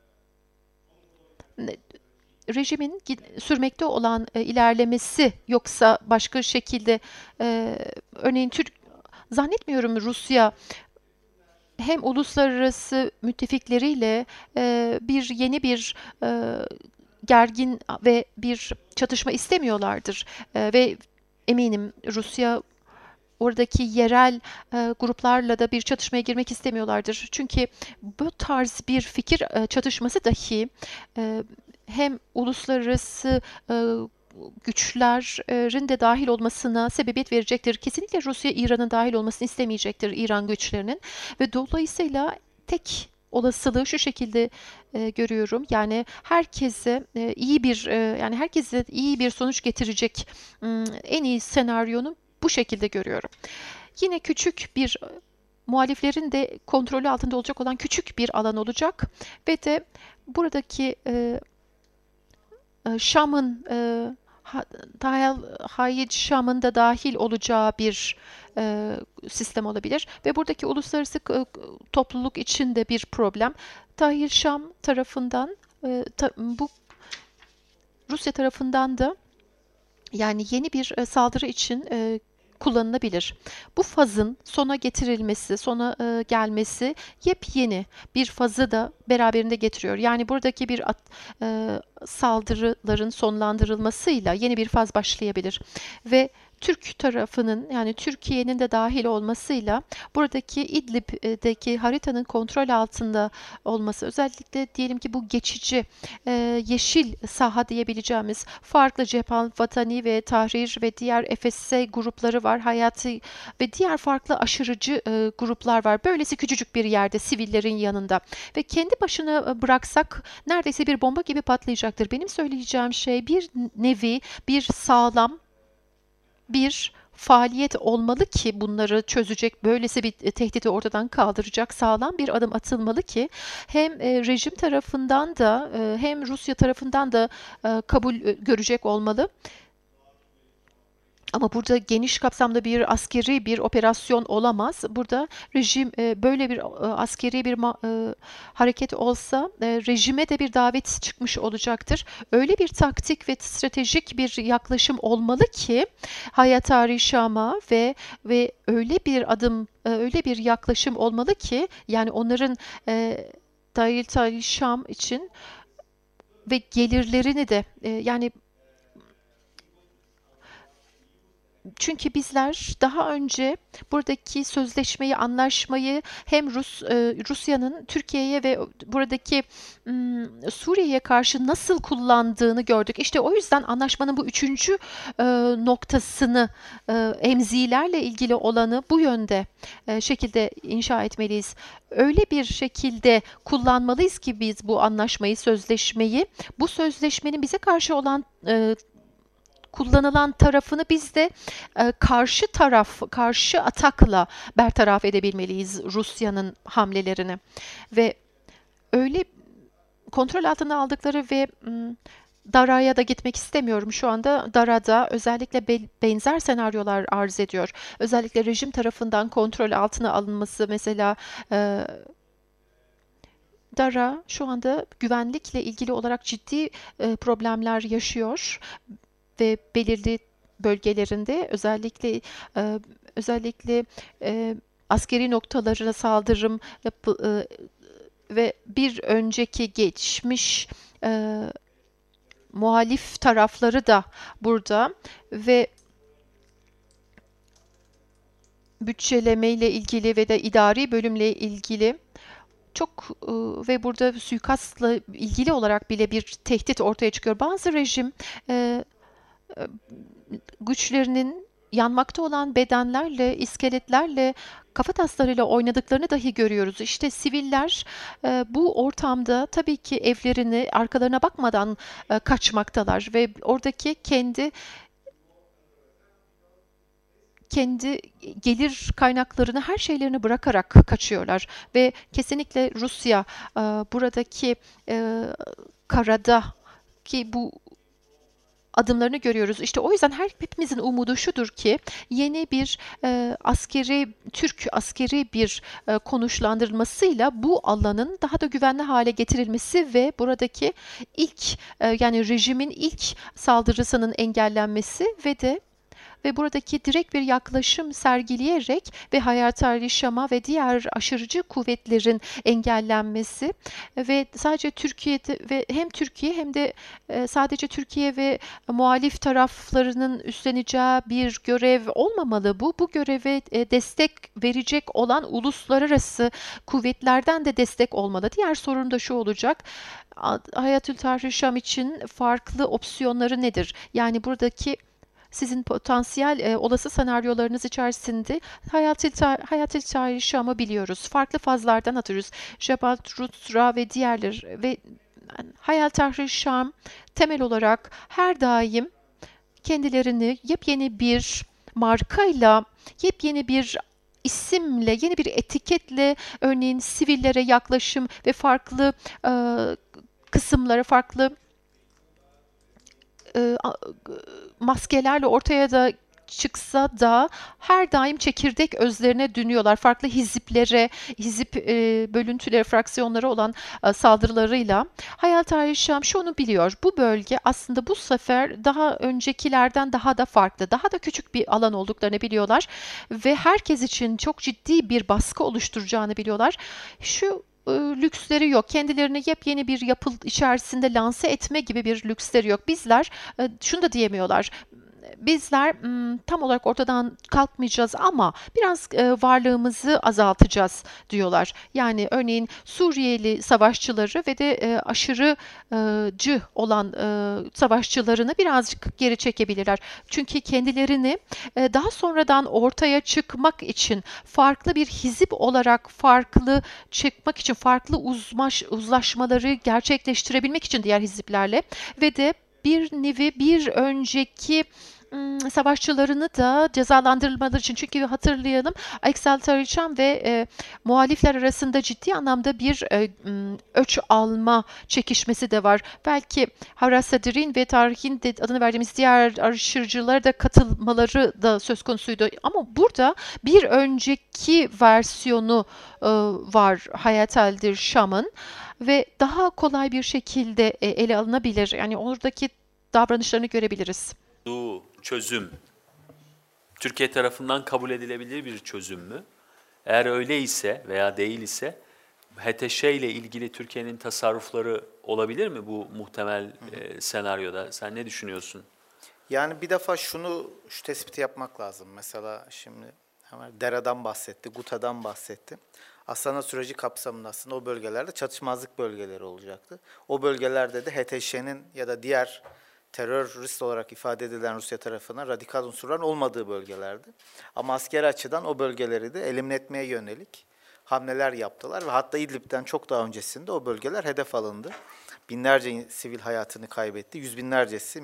rejimin sürmekte olan ilerlemesi yoksa başka şekilde örneğin Türk zannetmiyorum Rusya hem uluslararası müttefikleriyle bir yeni bir gergin ve bir çatışma istemiyorlardır ve eminim Rusya oradaki yerel e, gruplarla da bir çatışmaya girmek istemiyorlardır. Çünkü bu tarz bir fikir e, çatışması dahi e, hem uluslararası e, güçlerin de dahil olmasına sebebiyet verecektir. Kesinlikle Rusya İran'ın dahil olmasını istemeyecektir, İran güçlerinin ve dolayısıyla tek olasılığı şu şekilde e, görüyorum. Yani herkese e, iyi bir e, yani herkese iyi bir sonuç getirecek m, en iyi senaryonu bu şekilde görüyorum. Yine küçük bir muhaliflerin de kontrolü altında olacak olan küçük bir alan olacak ve de buradaki e, e, Şam'ın e, Hayit Şam'ın da dahil olacağı bir e, sistem olabilir ve buradaki uluslararası e, topluluk için de bir problem. Tahir Şam tarafından e, ta, bu Rusya tarafından da yani yeni bir e, saldırı için e, kullanılabilir. Bu fazın sona getirilmesi, sona e, gelmesi yepyeni bir fazı da beraberinde getiriyor. Yani buradaki bir at, e, saldırıların sonlandırılmasıyla yeni bir faz başlayabilir. Ve Türk tarafının yani Türkiye'nin de dahil olmasıyla buradaki İdlib'deki haritanın kontrol altında olması, özellikle diyelim ki bu geçici e, yeşil saha diyebileceğimiz farklı Cephan Vatani ve Tahrir ve diğer F S S grupları var, Hayati ve diğer farklı aşırıcı e, gruplar var. Böylesi küçücük bir yerde sivillerin yanında ve kendi başına bıraksak neredeyse bir bomba gibi patlayacaktır. Benim söyleyeceğim şey bir nevi bir sağlam bir faaliyet olmalı ki bunları çözecek, böylesi bir tehdidi ortadan kaldıracak sağlam bir adım atılmalı ki hem e, rejim tarafından da e, hem Rusya tarafından da e, kabul e, görecek olmalı. Ama burada geniş kapsamda bir askeri bir operasyon olamaz. Burada rejim e, böyle bir e, askeri bir e, hareket olsa e, rejime de bir davet çıkmış olacaktır. Öyle bir taktik ve stratejik bir yaklaşım olmalı ki Hayat-ı Şam'a ve ve öyle bir adım e, öyle bir yaklaşım olmalı ki yani onların e, Hayat-ı Şam için ve gelirlerini de e, yani çünkü bizler daha önce buradaki sözleşmeyi, anlaşmayı hem Rus e, Rusya'nın Türkiye'ye ve buradaki m, Suriye'ye karşı nasıl kullandığını gördük. İşte o yüzden anlaşmanın bu üçüncü e, noktasını e, emzilerle ilgili olanı bu yönde e, şekilde inşa etmeliyiz. Öyle bir şekilde kullanmalıyız ki biz bu anlaşmayı, sözleşmeyi, bu sözleşmenin bize karşı olan e, kullanılan tarafını biz de e, karşı taraf, karşı atakla bertaraf edebilmeliyiz Rusya'nın hamlelerini. Ve öyle kontrol altına aldıkları ve m, Dara'ya da gitmek istemiyorum şu anda. Dara'da özellikle be, benzer senaryolar arz ediyor. Özellikle rejim tarafından kontrol altına alınması mesela e, Dara şu anda güvenlikle ilgili olarak ciddi e, problemler yaşıyor ve belirli bölgelerinde özellikle e, özellikle e, askeri noktalarına saldırım yapı, e, ve bir önceki geçmiş e, muhalif tarafları da burada ve bütçeleme ile ilgili ve de idari bölümle ilgili çok e, ve burada suikastla ilgili olarak bile bir tehdit ortaya çıkıyor. Bazı rejim e, güçlerinin yanmakta olan bedenlerle, iskeletlerle, kafataslarıyla oynadıklarını dahi görüyoruz. İşte siviller e, bu ortamda tabii ki evlerini arkalarına bakmadan e, kaçmaktalar ve oradaki kendi kendi gelir kaynaklarını, her şeylerini bırakarak kaçıyorlar ve kesinlikle Rusya e, buradaki e, karada ki bu adımlarını görüyoruz. İşte o yüzden her hepimizin umudu şudur ki yeni bir e, askeri, Türk askeri bir e, konuşlandırılmasıyla bu alanın daha da güvenli hale getirilmesi ve buradaki ilk e, yani rejimin ilk saldırısının engellenmesi ve de ve buradaki direkt bir yaklaşım sergileyerek ve Hayat-ı Şam'a ve diğer aşırıcı kuvvetlerin engellenmesi ve sadece Türkiye'de ve hem Türkiye hem de sadece Türkiye ve muhalif taraflarının üstleneceği bir görev olmamalı bu. Bu göreve destek verecek olan uluslararası kuvvetlerden de destek olmalı. Diğer sorun da şu olacak. Hayat-ı Şam için farklı opsiyonları nedir? Yani buradaki sizin potansiyel e, olası senaryolarınız içerisinde Hayat-ı Şam'ı biliyoruz. Farklı fazlardan atıyoruz. Jabhat, Rutra ve diğerleri ve Hayat-ı Şam temel olarak her daim kendilerini yepyeni bir markayla, yepyeni bir isimle, yeni bir etiketle örneğin sivillere yaklaşım ve farklı e, kısımlara, farklı maskelerle ortaya da çıksa da her daim çekirdek özlerine dönüyorlar. Farklı hiziplere, hizip e, bölüntüleri, fraksiyonlara olan e, saldırılarıyla. Hayat-ı Şam şunu biliyor. Bu bölge aslında bu sefer daha öncekilerden daha da farklı, daha da küçük bir alan olduklarını biliyorlar ve herkes için çok ciddi bir baskı oluşturacağını biliyorlar. Şu lüksleri yok. Kendilerini yepyeni bir yapı içerisinde lanse etme gibi bir lüksleri yok. Bizler şunu da diyemiyorlar. bizler m, tam olarak ortadan kalkmayacağız ama biraz e, varlığımızı azaltacağız diyorlar. Yani örneğin Suriyeli savaşçıları ve de e, aşırıcı olan e, savaşçılarını birazcık geri çekebilirler. Çünkü kendilerini e, daha sonradan ortaya çıkmak için farklı bir hizip olarak farklı çıkmak için farklı uzmaş, uzlaşmaları gerçekleştirebilmek için diğer hiziplerle ve de bir nevi bir önceki ım, savaşçılarını da cezalandırılmaları için. Çünkü hatırlayalım Aksel Tarıçan ve e, muhalifler arasında ciddi anlamda bir e, ım, öç alma çekişmesi de var. Belki Havras Sadir'in ve Tarık'in de adını verdiğimiz diğer aşırıcılara da katılmaları da söz konusuydu. Ama burada bir önceki versiyonu e, var Hayat Eldir Şam'ın ve daha kolay bir şekilde e, ele alınabilir. Yani oradaki davranışlarını görebiliriz. Bu çözüm Türkiye tarafından kabul edilebilir bir çözüm mü? Eğer öyle ise veya değil ise H T Ş ile ilgili Türkiye'nin tasarrufları olabilir mi bu muhtemel e, senaryoda? Sen ne düşünüyorsun? Yani bir defa şunu, şu tespiti yapmak lazım. Mesela şimdi hemen Dera'dan bahsetti, Guta'dan bahsetti. Astana süreci kapsamında aslında o bölgelerde çatışmazlık bölgeleri olacaktı. O bölgelerde de H T Ş'nin ya da diğer terörist olarak ifade edilen Rusya tarafından radikal unsurların olmadığı bölgelerdi. Ama askeri açıdan o bölgeleri de elimine etmeye yönelik hamleler yaptılar ve hatta İdlib'den çok daha öncesinde o bölgeler hedef alındı. Binlerce sivil hayatını kaybetti. Yüz binlercesi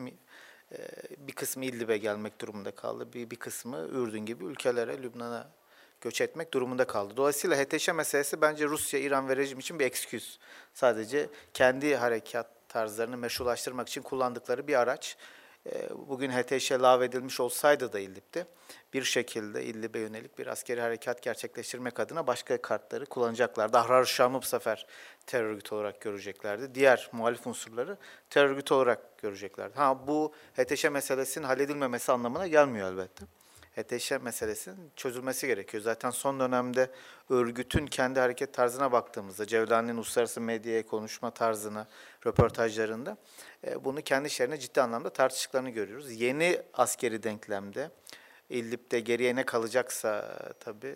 bir kısmı İdlib'e gelmek durumunda kaldı. Bir, bir kısmı Ürdün gibi ülkelere, Lübnan'a göç etmek durumunda kaldı. Dolayısıyla H T Ş meselesi bence Rusya, İran ve rejim için bir eksküz. Sadece kendi harekat tarzlarını meşrulaştırmak için kullandıkları bir araç. Bugün H T Ş lağvedilmiş olsaydı da İdlib'de bir şekilde İdlib'e yönelik bir askeri harekat gerçekleştirmek adına başka kartları kullanacaklardı. Ahrar Şam'ı bu sefer terör örgütü olarak göreceklerdi. Diğer muhalif unsurları terör örgütü olarak göreceklerdi. Ha, bu H T Ş meselesinin halledilmemesi anlamına gelmiyor elbette. H T Ş meselesinin çözülmesi gerekiyor. Zaten son dönemde örgütün kendi hareket tarzına baktığımızda, Cevdani'nin uluslararası medyaya konuşma tarzına, röportajlarında bunu kendi işlerine ciddi anlamda tartıştıklarını görüyoruz. Yeni askeri denklemde, İdlib'de geriye ne kalacaksa tabii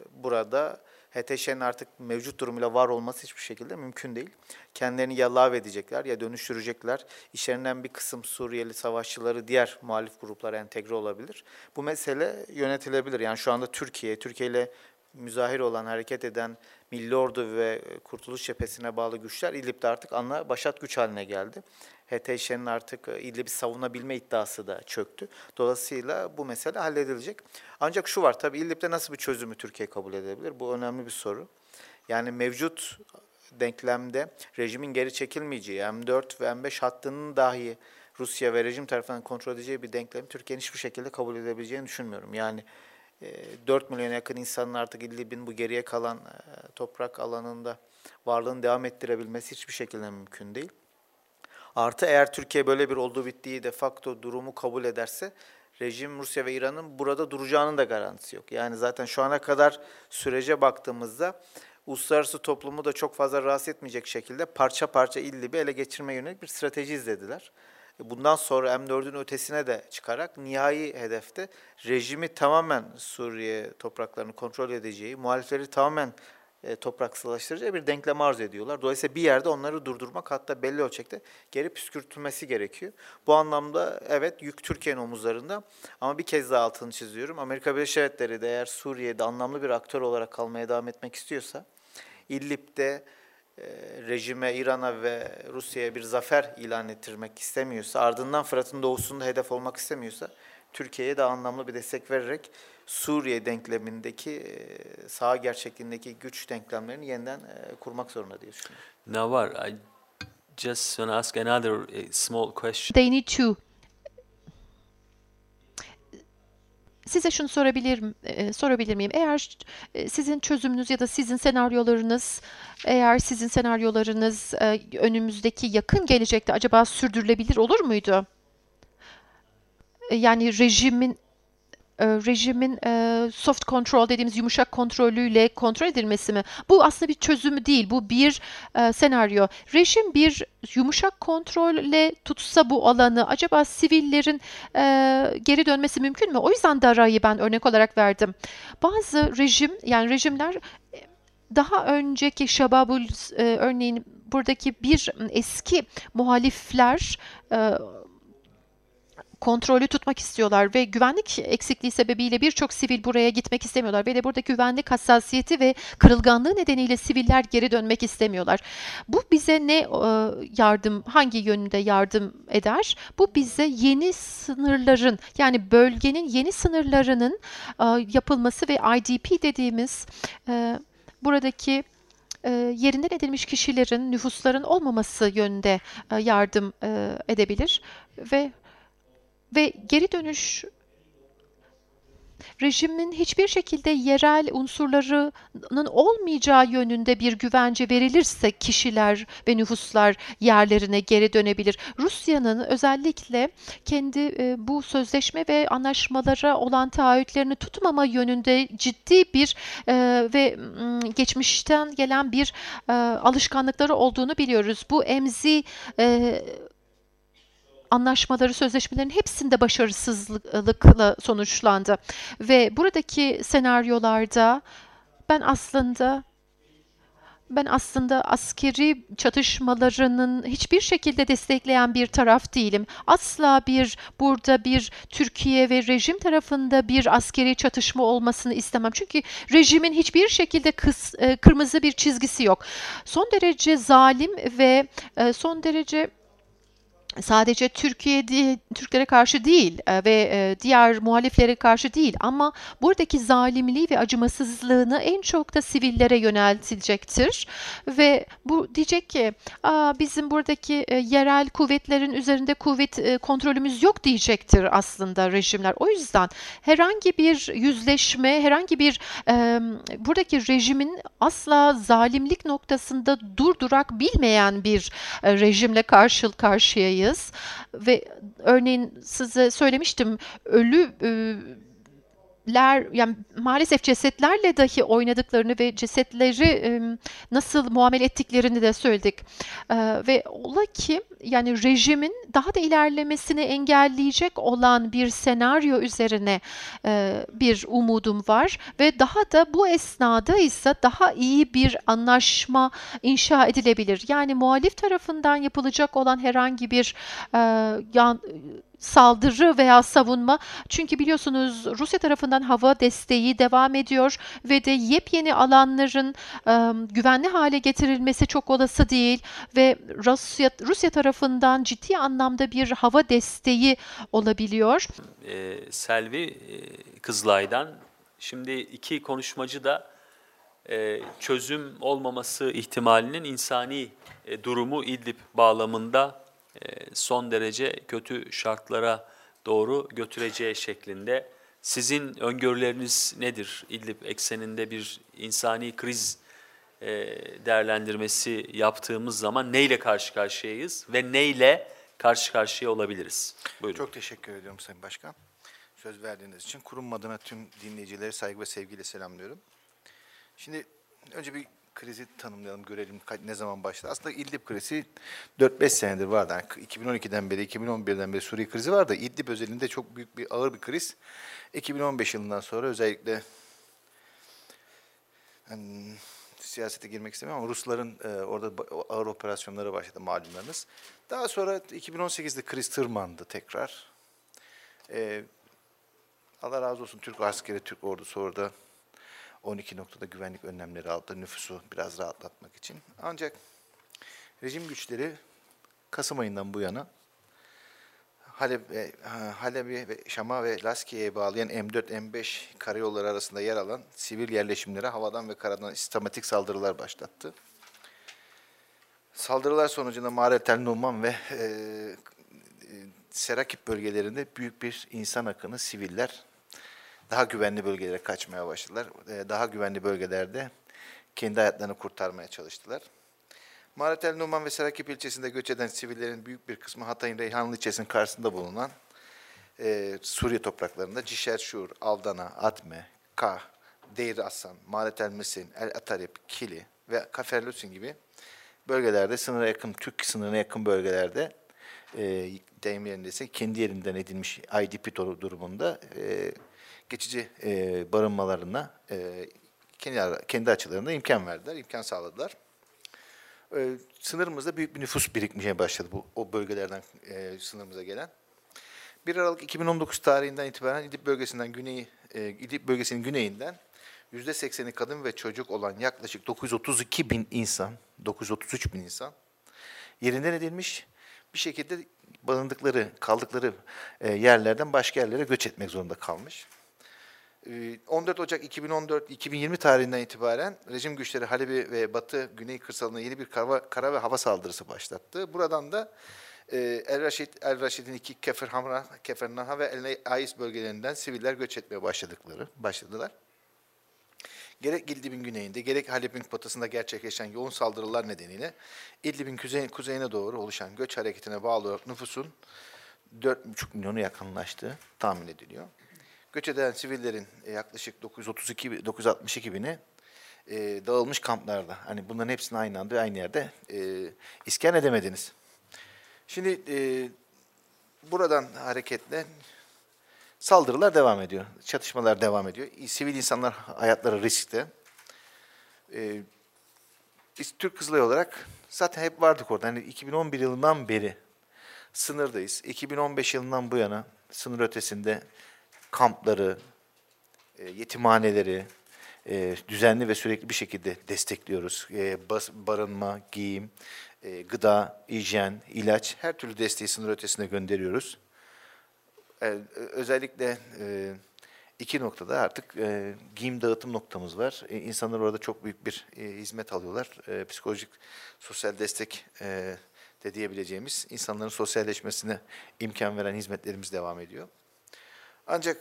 burada H T Ş'nin artık mevcut durumuyla var olması hiçbir şekilde mümkün değil. Kendilerini ya lağvedecekler ya dönüştürecekler. İşlerinden bir kısım Suriyeli savaşçıları diğer muhalif gruplara entegre olabilir. Bu mesele yönetilebilir. Yani şu anda Türkiye, Türkiye ile müzahir olan, hareket eden Milli Ordu ve Kurtuluş Cephesi'ne bağlı güçler İdlib'de artık ana başat güç haline geldi. H T Ş'nin artık İdlib'i savunabilme iddiası da çöktü. Dolayısıyla bu mesele halledilecek. Ancak şu var, tabii İdlib'de nasıl bir çözümü Türkiye kabul edebilir? Bu önemli bir soru. Yani mevcut denklemde rejimin geri çekilmeyeceği, M dört ve M beş hattının dahi Rusya ve rejim tarafından kontrol edeceği bir denklemi Türkiye'nin hiçbir şekilde kabul edebileceğini düşünmüyorum. Yani dört milyona yakın insanın artık İdlib'in bu geriye kalan toprak alanında varlığını devam ettirebilmesi hiçbir şekilde mümkün değil. Artı eğer Türkiye böyle bir olduğu bittiği de facto durumu kabul ederse rejim Rusya ve İran'ın burada duracağının da garantisi yok. Yani zaten şu ana kadar sürece baktığımızda uluslararası toplumu da çok fazla rahatsız etmeyecek şekilde parça parça İdlib'i ele geçirmeye yönelik bir strateji izlediler. Bundan sonra M dördün ötesine de çıkarak nihai hedefte rejimi tamamen Suriye topraklarını kontrol edeceği, muhalifleri tamamen e, topraksızlaştıracağı bir denklem arz ediyorlar. Dolayısıyla bir yerde onları durdurmak, hatta belli ölçekte geri püskürtülmesi gerekiyor. Bu anlamda evet, yük Türkiye'nin omuzlarında, ama bir kez daha altını çiziyorum. Amerika Birleşik Devletleri de eğer Suriye'de anlamlı bir aktör olarak kalmaya devam etmek istiyorsa, İdlib'de e, rejime, İran'a ve Rusya'ya bir zafer ilan ettirmek istemiyorsa, ardından Fırat'ın doğusunda hedef olmak istemiyorsa, Türkiye'ye de anlamlı bir destek vererek Suriye denklemindeki, sağ gerçekliğindeki güç denklemlerini yeniden kurmak zorunda diye düşünüyorum. Navar, I just want to ask another uh, small question. They need to. Size şunu sorabilir e, sorabilir miyim? Eğer e, sizin çözümünüz ya da sizin senaryolarınız, eğer sizin senaryolarınız e, önümüzdeki yakın gelecekte acaba sürdürülebilir olur muydu? E, yani rejimin e, rejimin e, soft control dediğimiz yumuşak kontrolüyle kontrol edilmesi mi? Bu aslında bir çözümü değil. Bu bir e, senaryo. Rejim bir yumuşak kontrolle tutsa bu alanı acaba sivillerin e, geri dönmesi mümkün mü? O yüzden Dara'yı ben örnek olarak verdim. Bazı rejim yani rejimler daha önceki Şababul e, örneğin buradaki bir eski muhalifler e, kontrolü tutmak istiyorlar ve güvenlik eksikliği sebebiyle birçok sivil buraya gitmek istemiyorlar ve de burada güvenlik hassasiyeti ve kırılganlığı nedeniyle siviller geri dönmek istemiyorlar. Bu bize ne e, yardım, hangi yönde yardım eder? Bu bize yeni sınırların yani bölgenin yeni sınırlarının e, yapılması ve I D P dediğimiz e, buradaki e, yerinden edilmiş kişilerin, nüfusların olmaması yönde e, yardım e, edebilir ve ve geri dönüş rejimin hiçbir şekilde yerel unsurlarının olmayacağı yönünde bir güvence verilirse kişiler ve nüfuslar yerlerine geri dönebilir. Rusya'nın özellikle kendi e, bu sözleşme ve anlaşmalara olan taahhütlerini tutmama yönünde ciddi bir e, ve m, geçmişten gelen bir e, alışkanlıkları olduğunu biliyoruz. Bu emzi e, anlaşmaları, sözleşmelerin hepsinde başarısızlıkla sonuçlandı. Ve buradaki senaryolarda ben aslında ben aslında askeri çatışmalarının hiçbir şekilde destekleyen bir taraf değilim. Asla bir burada bir Türkiye ve rejim tarafında bir askeri çatışma olmasını istemem. Çünkü rejimin hiçbir şekilde kıs, kırmızı bir çizgisi yok. Son derece zalim ve son derece sadece Türkiye değil, Türklere karşı değil ve diğer muhaliflere karşı değil ama buradaki zalimliği ve acımasızlığını en çok da sivillere yöneltilecektir. Ve bu diyecek ki bizim buradaki yerel kuvvetlerin üzerinde kuvvet kontrolümüz yok diyecektir aslında rejimler. O yüzden herhangi bir yüzleşme, herhangi bir buradaki rejimin asla zalimlik noktasında durdurak bilmeyen bir rejimle karşı karşıyayız. Ve örneğin size söylemiştim ölüler yani maalesef cesetlerle dahi oynadıklarını ve cesetleri nasıl muamele ettiklerini de söyledik. Ve ola ki yani rejimin daha da ilerlemesini engelleyecek olan bir senaryo üzerine bir umudum var ve daha da bu esnada ise daha iyi bir anlaşma inşa edilebilir. Yani muhalif tarafından yapılacak olan herhangi bir yan saldırı veya savunma. Çünkü biliyorsunuz Rusya tarafından hava desteği devam ediyor ve de yepyeni alanların e, güvenli hale getirilmesi çok olası değil ve Rusya Rusya tarafından ciddi anlamda bir hava desteği olabiliyor. Ee, Selvi e, Kızılay'dan şimdi iki konuşmacı da e, çözüm olmaması ihtimalinin insani e, durumu İdlib bağlamında son derece kötü şartlara doğru götüreceği şeklinde. Sizin öngörüleriniz nedir? İdlib ekseninde bir insani kriz değerlendirmesi yaptığımız zaman neyle karşı karşıyayız ve neyle karşı karşıya olabiliriz? Buyurun. Çok teşekkür ediyorum Sayın Başkan. Söz verdiğiniz için kurum adına tüm dinleyicileri saygı ve sevgiyle selamlıyorum. Şimdi önce bir krizi tanımlayalım, görelim ne zaman başladı. Aslında İdlib krizi dört beş senedir vardı. Yani iki bin on ikiden beri, iki bin on birden beri Suriye krizi vardı. İdlib özelinde çok büyük bir ağır bir kriz. iki bin on beş yılından sonra özellikle yani, siyasete girmek istemiyorum ama Rusların e, orada ağır operasyonlara başladı malumlarınız. Daha sonra iki bin on sekizde kriz tırmandı tekrar. E, Allah razı olsun Türk askeri, Türk ordusu orada on iki noktada güvenlik önlemleri aldı, nüfusu biraz rahatlatmak için. Ancak rejim güçleri Kasım ayından bu yana Halep, Halep'i ve Şam'a ve Laskiye'ye bağlayan M dört M beş karayolları arasında yer alan sivil yerleşimlere havadan ve karadan sistematik saldırılar başlattı. Saldırılar sonucunda Ma'aret el Numan ve e, Serakip bölgelerinde büyük bir insan akını, siviller daha güvenli bölgelere kaçmaya başladılar. Daha güvenli bölgelerde kendi hayatlarını kurtarmaya çalıştılar. Ma'aret el Numan ve Serakip ilçesinde göç eden sivillerin büyük bir kısmı Hatay'ın Reyhanlı ilçesinin karşısında bulunan e, Suriye topraklarında Cisher Şur, Aldana, Adme, Kah, Deir Aslan, Malet El Mesin, El Atarip, Kili ve Kaferlusin gibi bölgelerde, sınıra yakın, Türk sınırına yakın bölgelerde e, deyim yerindeyse kendi yerinden edilmiş I D P durumunda e, geçici e, barınmalarına e, kendi, kendi açılarında imkan verdiler, imkan sağladılar. E, sınırımızda büyük bir nüfus birikmeye başladı bu o bölgelerden e, sınırımıza gelen. bir Aralık iki bin on dokuz tarihinden itibaren İdlib bölgesinden güneyi, e, İdlib bölgesinin güneyinden yüzde sekseni kadın ve çocuk olan yaklaşık dokuz yüz otuz iki bin insan, dokuz yüz otuz üç bin insan yerinden edilmiş, bir şekilde barındıkları, kaldıkları e, yerlerden başka yerlere göç etmek zorunda kalmış. E, on dört Ocak iki bin on dört iki bin yirmi tarihinden itibaren rejim güçleri Halep'i ve Batı Güney kırsalına yeni bir kara, kara ve hava saldırısı başlattı. Buradan da e, El Raşid, El Raşid'in iki Kefer Hamra, Kefer Naha ve El Ais bölgelerinden siviller göç etmeye başladıkları başladılar. Gerek İdlib'in güneyinde, gerek Halep'in batısında gerçekleşen yoğun saldırılar nedeniyle İdlib'in kuzey, kuzeyine doğru oluşan göç hareketine bağlı olarak nüfusun dört buçuk milyonu yakınlaştığı tahmin ediliyor. Göç eden sivillerin yaklaşık dokuz yüz otuz iki, dokuz yüz altmış iki bini e, dağılmış kamplarda. Hani bunların hepsini aynı anda aynı yerde e, iskan edemediniz. Şimdi e, buradan hareketle saldırılar devam ediyor, çatışmalar devam ediyor. Sivil insanlar hayatları riskte. Ee, biz Türk Kızılayı olarak zaten hep vardık orada. Yani iki bin on bir yılından beri sınırdayız. iki bin on beş yılından bu yana sınır ötesinde kampları, e, yetimhaneleri e, düzenli ve sürekli bir şekilde destekliyoruz. E, bas, barınma, giyim, e, gıda, hijyen, ilaç her türlü desteği sınır ötesine gönderiyoruz. Özellikle iki noktada artık giyim dağıtım noktamız var. İnsanlar orada çok büyük bir hizmet alıyorlar. Psikolojik, sosyal destek de diyebileceğimiz insanların sosyalleşmesine imkan veren hizmetlerimiz devam ediyor. Ancak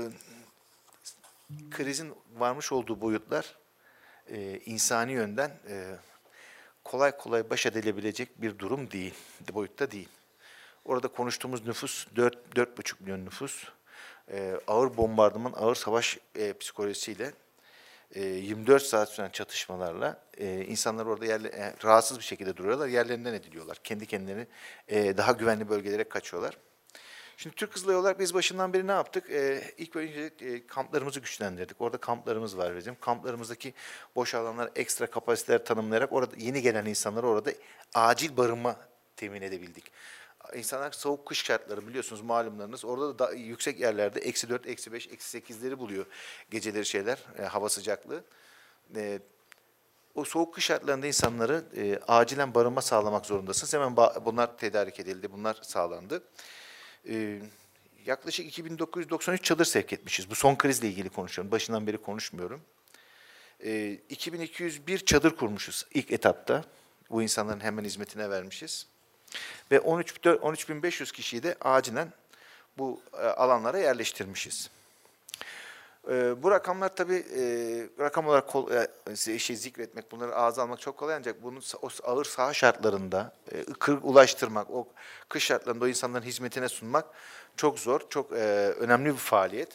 krizin varmış olduğu boyutlar insani yönden kolay kolay baş edilebilecek bir durum değil, boyutta değil. Orada konuştuğumuz nüfus dört dört buçuk milyon nüfus. Ee, ağır bombardıman, ağır savaş e, psikolojisiyle e, yirmi dört saat süren çatışmalarla e, insanlar orada yerle, e, rahatsız bir şekilde duruyorlar, yerlerinden ediliyorlar. Kendi kendilerini e, daha güvenli bölgelere kaçıyorlar. Şimdi Türk Kızılayı olarak biz başından beri ne yaptık? E, ilk önce e, kamplarımızı güçlendirdik. Orada kamplarımız var bizim. Kamplarımızdaki boş alanlar, ekstra kapasiteler tanımlayarak orada yeni gelen insanlara orada acil barınma temin edebildik. İnsanlar soğuk kış şartları biliyorsunuz malumlarınız. Orada da yüksek yerlerde eksi dört, eksi beş, eksi sekizleri buluyor geceleri şeyler, e, hava sıcaklığı. E, o soğuk kış şartlarında insanları e, acilen barınma sağlamak zorundasınız. Hemen bunlar tedarik edildi, bunlar sağlandı. E, yaklaşık iki bin dokuz yüz doksan üç çadır sevk etmişiz. Bu son krizle ilgili konuşuyorum. Başından beri konuşmuyorum. E, iki bin iki yüz bir çadır kurmuşuz ilk etapta. Bu insanların hemen hizmetine vermişiz. Ve on üç bin beş yüz kişiyi de acilen bu alanlara yerleştirmişiz. Bu rakamlar tabii rakam olarak kol, şey, zikretmek, bunları ağza almak çok kolay ancak bunun o ağır saha şartlarında kır ulaştırmak, o kış şartlarında o insanların hizmetine sunmak çok zor, çok önemli bir faaliyet.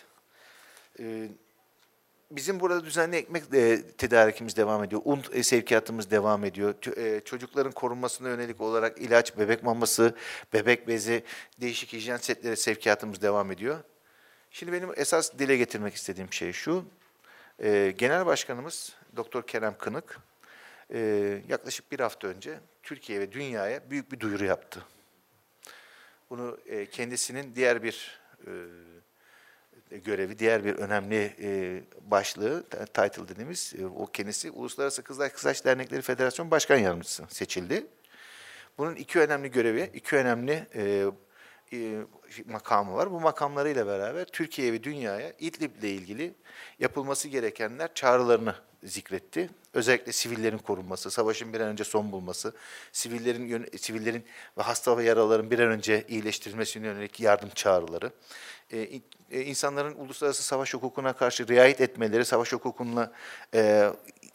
Bizim burada düzenli ekmek tedarikimiz devam ediyor. Un sevkiyatımız devam ediyor. Çocukların korunmasına yönelik olarak ilaç, bebek maması, bebek bezi, değişik hijyen setleri sevkiyatımız devam ediyor. Şimdi benim esas dile getirmek istediğim şey şu. Genel Başkanımız Doktor Kerem Kınık yaklaşık bir hafta önce Türkiye ve dünyaya büyük bir duyuru yaptı. Bunu kendisinin diğer bir görevi, diğer bir önemli e, başlığı, title dediğimiz, e, o kendisi Uluslararası Kızılay Kızılaç Dernekleri Federasyon Başkan Yardımcısı seçildi. Bunun iki önemli görevi, iki önemli e, e, makamı var. Bu makamlarıyla beraber Türkiye ve dünyaya İdlib ile ilgili yapılması gerekenler çağrılarını zikretti. Özellikle sivillerin korunması, savaşın bir an önce son bulması, sivillerin sivillerin ve hasta ve yaralıların bir an önce iyileştirilmesine yönelik yardım çağrıları, Ee, insanların uluslararası savaş hukukuna karşı riayet etmeleri, savaş hukukuna e,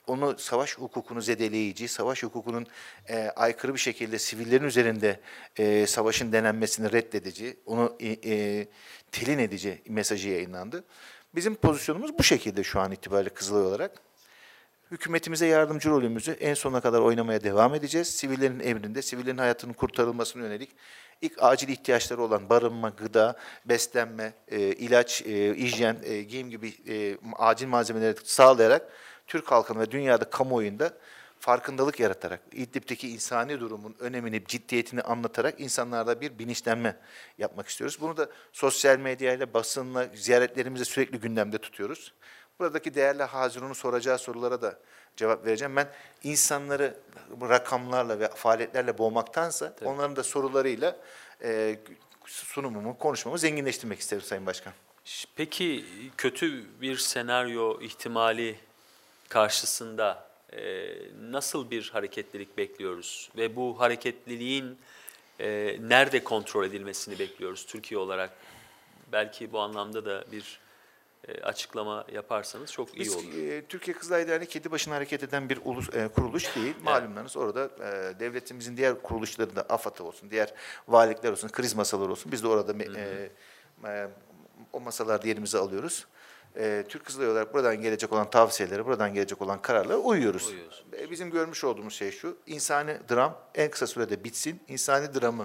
onu savaş hukukunu zedeleyici, savaş hukukunun e, aykırı bir şekilde sivillerin üzerinde e, savaşın denenmesini reddedici, onu e, e, telin edici mesajı yayınlandı. Bizim pozisyonumuz bu şekilde şu an itibariyle Kızılay olarak. Hükümetimize yardımcı rolümüzü en sona kadar oynamaya devam edeceğiz. Sivillerin emrinde, sivillerin hayatının kurtarılmasına yönelik ilk acil ihtiyaçları olan barınma, gıda, beslenme, e, ilaç, e, hijyen, e, giyim gibi e, acil malzemeleri sağlayarak Türk halkının ve dünyada kamuoyunda farkındalık yaratarak, İdlib'deki insani durumun önemini, ciddiyetini anlatarak insanlarda bir bilinçlenme yapmak istiyoruz. Bunu da sosyal medyayla, basınla, ziyaretlerimizle sürekli gündemde tutuyoruz. Buradaki değerli Hazirun'un soracağı sorulara da cevap vereceğim. Ben insanları rakamlarla ve faaliyetlerle boğmaktansa Tabii. onların da sorularıyla e, sunumumu, konuşmamı zenginleştirmek isterim Sayın Başkan. Peki kötü bir senaryo ihtimali karşısında e, nasıl bir hareketlilik bekliyoruz? Ve bu hareketliliğin e, nerede kontrol edilmesini bekliyoruz Türkiye olarak? Belki bu anlamda da bir e, açıklama yaparsanız çok iyi Biz, olur. e, Türkiye Kızılay Derneği kedi başına hareket eden bir ulus, e, kuruluş değil. Malumlarınız orada e, devletimizin diğer kuruluşları da AFAD olsun, diğer valilikler olsun, kriz masaları olsun. Biz de orada hı hı. E, e, o masalarda yerimizi alıyoruz. E, Türk Kızılay olarak buradan gelecek olan tavsiyelere, buradan gelecek olan kararlara uyuyoruz. E, bizim görmüş olduğumuz şey şu, insani dram en kısa sürede bitsin. İnsani dramı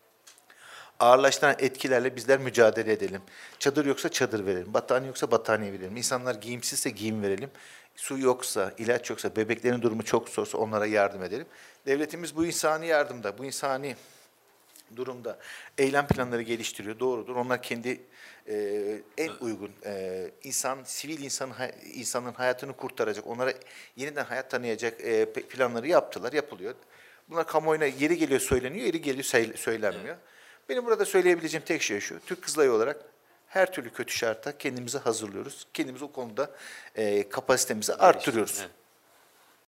ağırlaştıran etkilerle bizler mücadele edelim. Çadır yoksa çadır verelim, battaniye yoksa battaniye verelim. İnsanlar giyimsizse giyim verelim. Su yoksa, ilaç yoksa, bebeklerin durumu çok zorsa onlara yardım edelim. Devletimiz bu insani yardımda, bu insani durumda eylem planları geliştiriyor. Doğrudur. Onlar kendi e, en uygun e, insan, sivil insan, insanın hayatını kurtaracak, onlara yeniden hayat tanıyacak e, planları yaptılar, yapılıyor. Bunlar kamuoyuna yeri geliyor söyleniyor, yeri geliyor söylenmiyor. Benim burada söyleyebileceğim tek şey şu, Türk Kızılayı olarak her türlü kötü şarta kendimizi hazırlıyoruz. Kendimizi o konuda e, kapasitemizi arttırıyoruz. Evet.